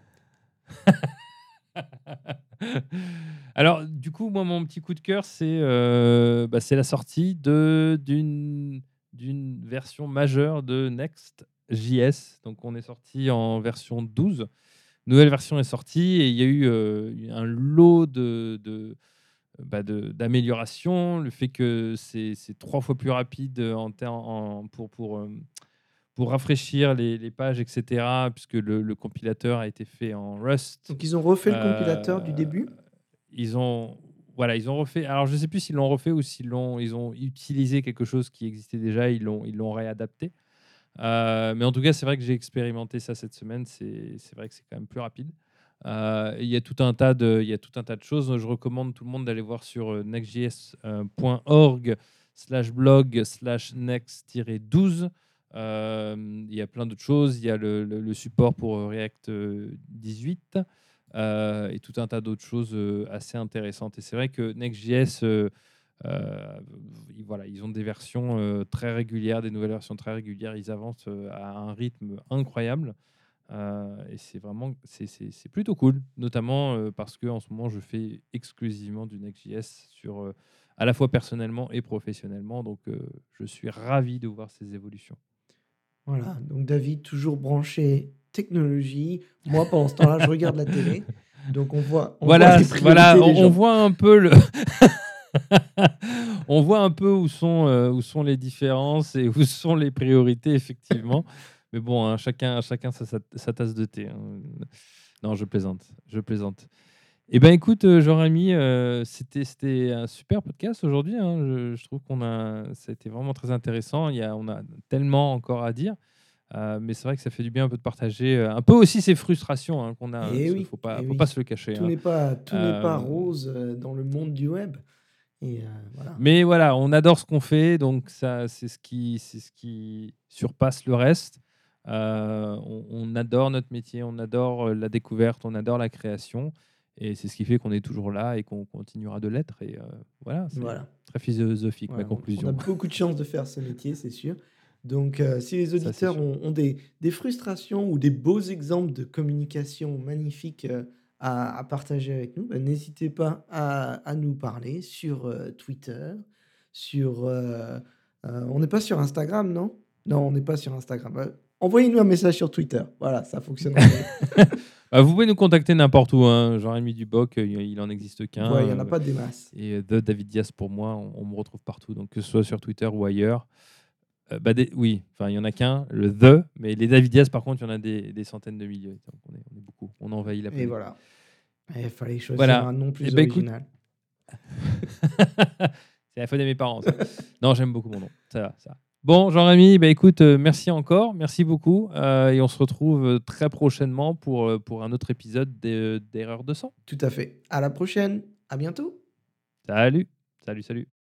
S2: Alors, du coup, moi, mon petit coup de cœur, c'est euh, bah, c'est la sortie de d'une d'une version majeure de Next.js. Donc, on est sorti en version douze. Nouvelle version est sortie et il y a eu euh, un lot de, de, bah, de- d'améliorations. Le fait que c'est c'est trois fois plus rapide en, ter- en- pour, pour, euh, pour rafraîchir les, les pages, et cetera, puisque le, le compilateur a été fait en Rust.
S1: Donc ils ont refait le compilateur du
S2: Euh,
S1: début?
S2: ils ont voilà, ils ont refait. Alors je sais plus s'ils l'ont refait ou s'ils l'ont ils ont utilisé quelque chose qui existait déjà, ils l'ont ils l'ont réadapté. Euh, mais en tout cas, c'est vrai que j'ai expérimenté ça cette semaine. C'est c'est vrai que c'est quand même plus rapide. Euh, Il y a tout un tas de il y a tout un tas de choses. Je recommande tout le monde d'aller voir sur euh, nextjs point org slash blog slash next douze. Euh, il y a plein d'autres choses. Il y a le, le- le support pour euh, React euh, dix-huit euh, et tout un tas d'autres choses euh, assez intéressantes. Et c'est vrai que Next.js, euh, euh, ils- voilà, ils ont des versions euh, très régulières, des nouvelles versions très régulières. Ils avancent euh, à un rythme incroyable. Euh, et c'est vraiment, c'est c'est- c'est plutôt cool, notamment euh, parce que en ce moment, je fais exclusivement du Next.js sur, euh, à la fois personnellement et professionnellement. Donc, euh, je suis ravi de voir ces évolutions.
S1: Voilà, donc David toujours branché technologie. Moi, pendant ce temps-là, je regarde la télé. Donc on voit on voit
S2: Voilà,
S1: les
S2: c- voilà,
S1: priorités des
S2: on, on
S1: gens.
S2: voit un peu le, on voit un peu où sont, heu, où sont les différences et où sont les priorités effectivement. Mais bon, hein, chacun chacun sa sa sa tasse de thé, hein. Non, je plaisante, je plaisante. Eh ben, écoute, heu, Jean-Rémy, heu, c'était c'était un super podcast aujourd'hui, hein. Je je trouve qu'on a ça a été vraiment très intéressant. Il y a on a tellement encore à dire, heu, mais c'est vrai que ça fait du bien un peu de partager, heu, un peu aussi ces frustrations, hein, qu'on a, hein,
S1: Eh
S2: parce qu'il
S1: oui,
S2: faut pas
S1: eh
S2: faut pas
S1: oui.
S2: se le cacher,
S1: Tout
S2: hein.
S1: n'est pas tout n'est pas
S2: Hem,
S1: rose, heu, dans le monde du web et heu, voilà.
S2: mais voilà, on adore ce qu'on fait, donc ça, c'est ce qui c'est ce qui surpasse le reste. Heu, on on adore notre métier, on adore, heu, la découverte, on adore la création et c'est ce qui fait qu'on est toujours là et qu'on continuera de l'être et heu, voilà, c'est
S1: Voilà.
S2: très philosophique ma
S1: Voilà, on on a
S2: conclusion.
S1: beaucoup de chance de faire ce métier, c'est sûr. Donc, heu, si les
S2: Ça, c'est
S1: auditeurs
S2: sûr.
S1: ont ont des des frustrations ou des beaux exemples de communication magnifiques, heu, à à partager avec nous, bah, n'hésitez pas à à nous parler sur, heu, Twitter, sur, heu heu, on n'est pas sur Instagram, non? Non, on n'est pas sur Instagram. Heu, envoyez-nous un message sur Twitter. Voilà, ça fonctionnera mieux.
S2: Bah, vous pouvez nous contacter n'importe où, hein. Jean-Rémy Duboc, heu, il il en existe
S1: Voilà, il
S2: qu'un,
S1: y en a
S2: heu
S1: pas des masses.
S2: et heu, The David Diaz pour moi, on on me retrouve partout, donc que ce soit sur Twitter ou ailleurs. Heu, bah, des oui, enfin, il y en a qu'un, le The, mais les David Diaz, par contre, il y en a des des centaines de milliers, donc on est on est beaucoup. On envahit la
S1: Et
S2: planète.
S1: voilà. Il fallait choisir
S2: Voilà.
S1: un nom
S2: Et
S1: plus
S2: ben écoute,
S1: original.
S2: c'est la faute de mes parents, ça. Non, j'aime beaucoup mon nom. Ça va, ça va. Bon, Jean-Rémy, bah, écoute, heu, merci encore, merci beaucoup, heu et on se retrouve, heu, très prochainement pour, heu, pour un autre épisode d'e d'Erreur de sang.
S1: Tout à fait. À la prochaine. À bientôt.
S2: Salut. Salut, salut.